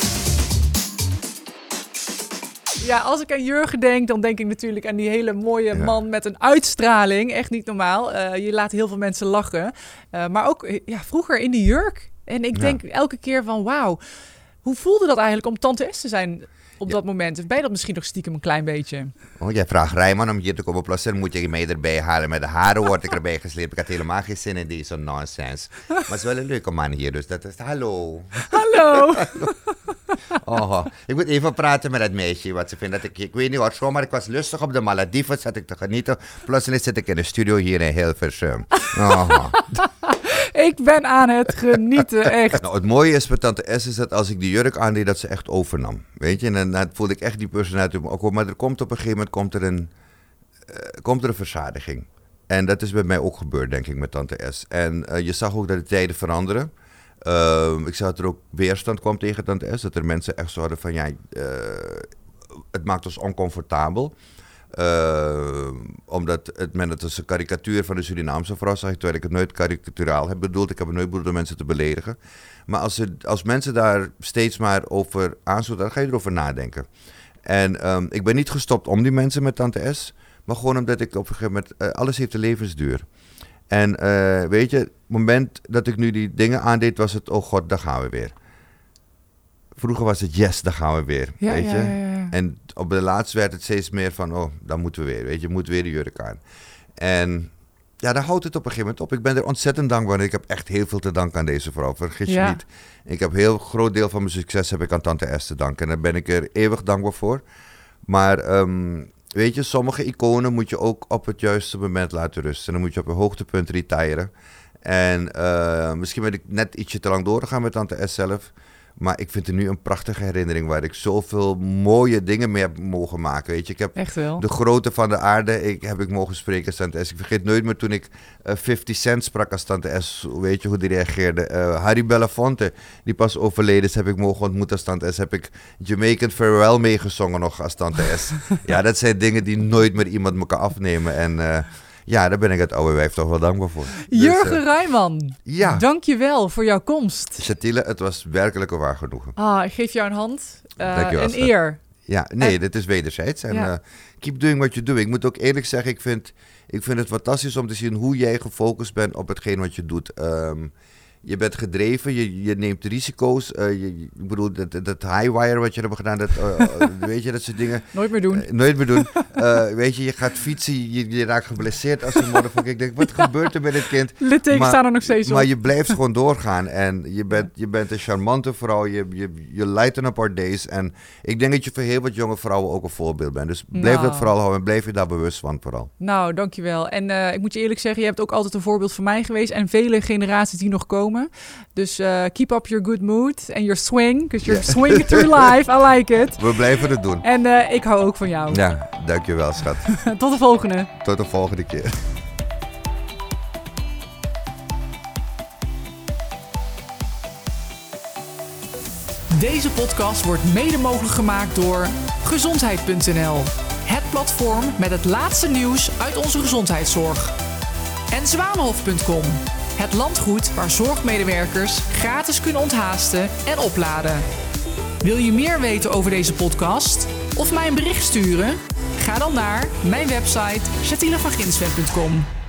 A: Ja, als ik aan Jurgen denk, dan denk ik natuurlijk aan die hele mooie ja. man met een uitstraling. Echt niet normaal. Uh, je laat heel veel mensen lachen. Uh, maar ook ja, vroeger in die jurk. En ik denk ja. elke keer van wauw, hoe voelde dat eigenlijk om Tante S te zijn op ja. dat moment? Of ben je dat misschien nog stiekem een klein beetje?
B: Oh, jij vraagt Rijman om hier te komen plassen, moet je mij erbij halen. Met de haren word ik erbij gesleept. Ik had helemaal geen zin in deze nonsense. Maar het is wel een leuke man hier, dus dat is... Hallo.
A: Hallo.
B: Oh, ik moet even praten met dat meisje, wat ze vindt dat ik... Ik weet niet wat, maar ik was lustig op de Malediven, zat ik te genieten. Plotseling zit ik in de studio hier in Hilversum. Oh.
A: Ik ben aan het genieten, echt.
B: Nou, het mooie is met Tante S is dat als ik die jurk aandeed, dat ze echt overnam. Weet je, en dan, dan voelde ik echt die personaliteit op me ook. Maar er komt op een gegeven moment komt er een, uh, komt er een verzadiging. En dat is bij mij ook gebeurd, denk ik, met Tante S. En uh, je zag ook dat de tijden veranderen. Uh, ik zag dat er ook weerstand kwam tegen Tante S. Dat er mensen echt zo hadden van, ja, uh, het maakt ons oncomfortabel. Uh, omdat het, men het als een karikatuur van de Surinaamse vrouw zag, terwijl ik het nooit karikaturaal heb bedoeld. Ik heb het nooit bedoeld om mensen te beledigen. Maar als, er, als mensen daar steeds maar over aanzoeken, dan ga je erover nadenken. En um, ik ben niet gestopt om die mensen met Tante S, maar gewoon omdat ik op een gegeven moment, uh, alles heeft een levensduur. En uh, weet je, het moment dat ik nu die dingen aandeed, was het, oh god, daar gaan we weer. Vroeger was het, yes, daar gaan we weer, ja, weet je. Ja, ja, ja. En op de laatste werd het steeds meer van, oh, dan moeten we weer, weet je. Je moet weer de jurk aan. En ja, daar houdt het op een gegeven moment op. Ik ben er ontzettend dankbaar. Ik heb echt heel veel te danken aan deze vrouw, vergis ja. je niet. Ik heb een heel groot deel van mijn succes heb ik aan Tante S te danken. En daar ben ik er eeuwig dankbaar voor. Maar um, weet je, sommige iconen moet je ook op het juiste moment laten rusten. Dan moet je op een hoogtepunt retiren. En uh, misschien ben ik net ietsje te lang doorgegaan met Tante S zelf. Maar ik vind het nu een prachtige herinnering waar ik zoveel mooie dingen mee heb mogen maken. Weet je, ik heb
A: echt wel.
B: De grootte van de aarde ik, heb ik mogen spreken als Tante S. Ik vergeet nooit meer toen ik uh, fifty Cent sprak als Tante S. Weet je hoe die reageerde? Uh, Harry Belafonte, die pas overleden is, heb ik mogen ontmoeten als Tante S. Heb ik Jamaican Farewell meegezongen nog als Tante S. Ja, dat zijn dingen die nooit meer iemand me kan afnemen. En... Uh, ja, daar ben ik het oude wijf toch wel dankbaar voor.
A: Jurgen dus, uh, Rijman,
B: ja.
A: dank je wel voor jouw komst.
B: Shatile, het was werkelijk een waar genoegen.
A: Ah, ik geef jou een hand. Uh,
B: Dankjewel,
A: een eer.
B: Ja, nee, uh, dit is wederzijds. En ja. uh, keep doing what you do. Ik moet ook eerlijk zeggen, ik vind, ik vind het fantastisch om te zien hoe jij gefocust bent op hetgeen wat je doet. Um, je bent gedreven, je, je neemt risico's. Uh, je, ik bedoel, dat, dat highwire wat je hebt gedaan, dat, uh, weet je, dat soort dingen.
A: Nooit meer doen.
B: Uh, nooit meer doen. Uh, weet je, je gaat fietsen, je, je raakt geblesseerd als een motherfucker. Ik denk, wat gebeurt er met dit kind?
A: Littekens staan er nog steeds op.
B: Maar je blijft gewoon doorgaan. En je bent, je bent een charmante vrouw, je, je, je lighten up our days. En ik denk dat je voor heel wat jonge vrouwen ook een voorbeeld bent. Dus blijf
A: nou.
B: dat vooral houden en blijf je daar bewust van vooral.
A: Nou, dankjewel. En uh, ik moet je eerlijk zeggen, je hebt ook altijd een voorbeeld voor mij geweest en vele generaties die nog komen. Dus uh, keep up your good mood and your swing, because you're yeah. swinging through life. I like it.
B: We blijven het doen.
A: En uh, ik hou ook van jou.
B: Ja, dankjewel schat.
A: Tot de volgende.
B: Tot de volgende keer.
A: Deze podcast wordt mede mogelijk gemaakt door gezondheid punt n l. Het platform met het laatste nieuws uit onze gezondheidszorg. En zwanenhof punt com. Het landgoed waar zorgmedewerkers gratis kunnen onthaasten en opladen. Wil je meer weten over deze podcast? Of mij een bericht sturen? Ga dan naar mijn website chatilla van ginsven punt com.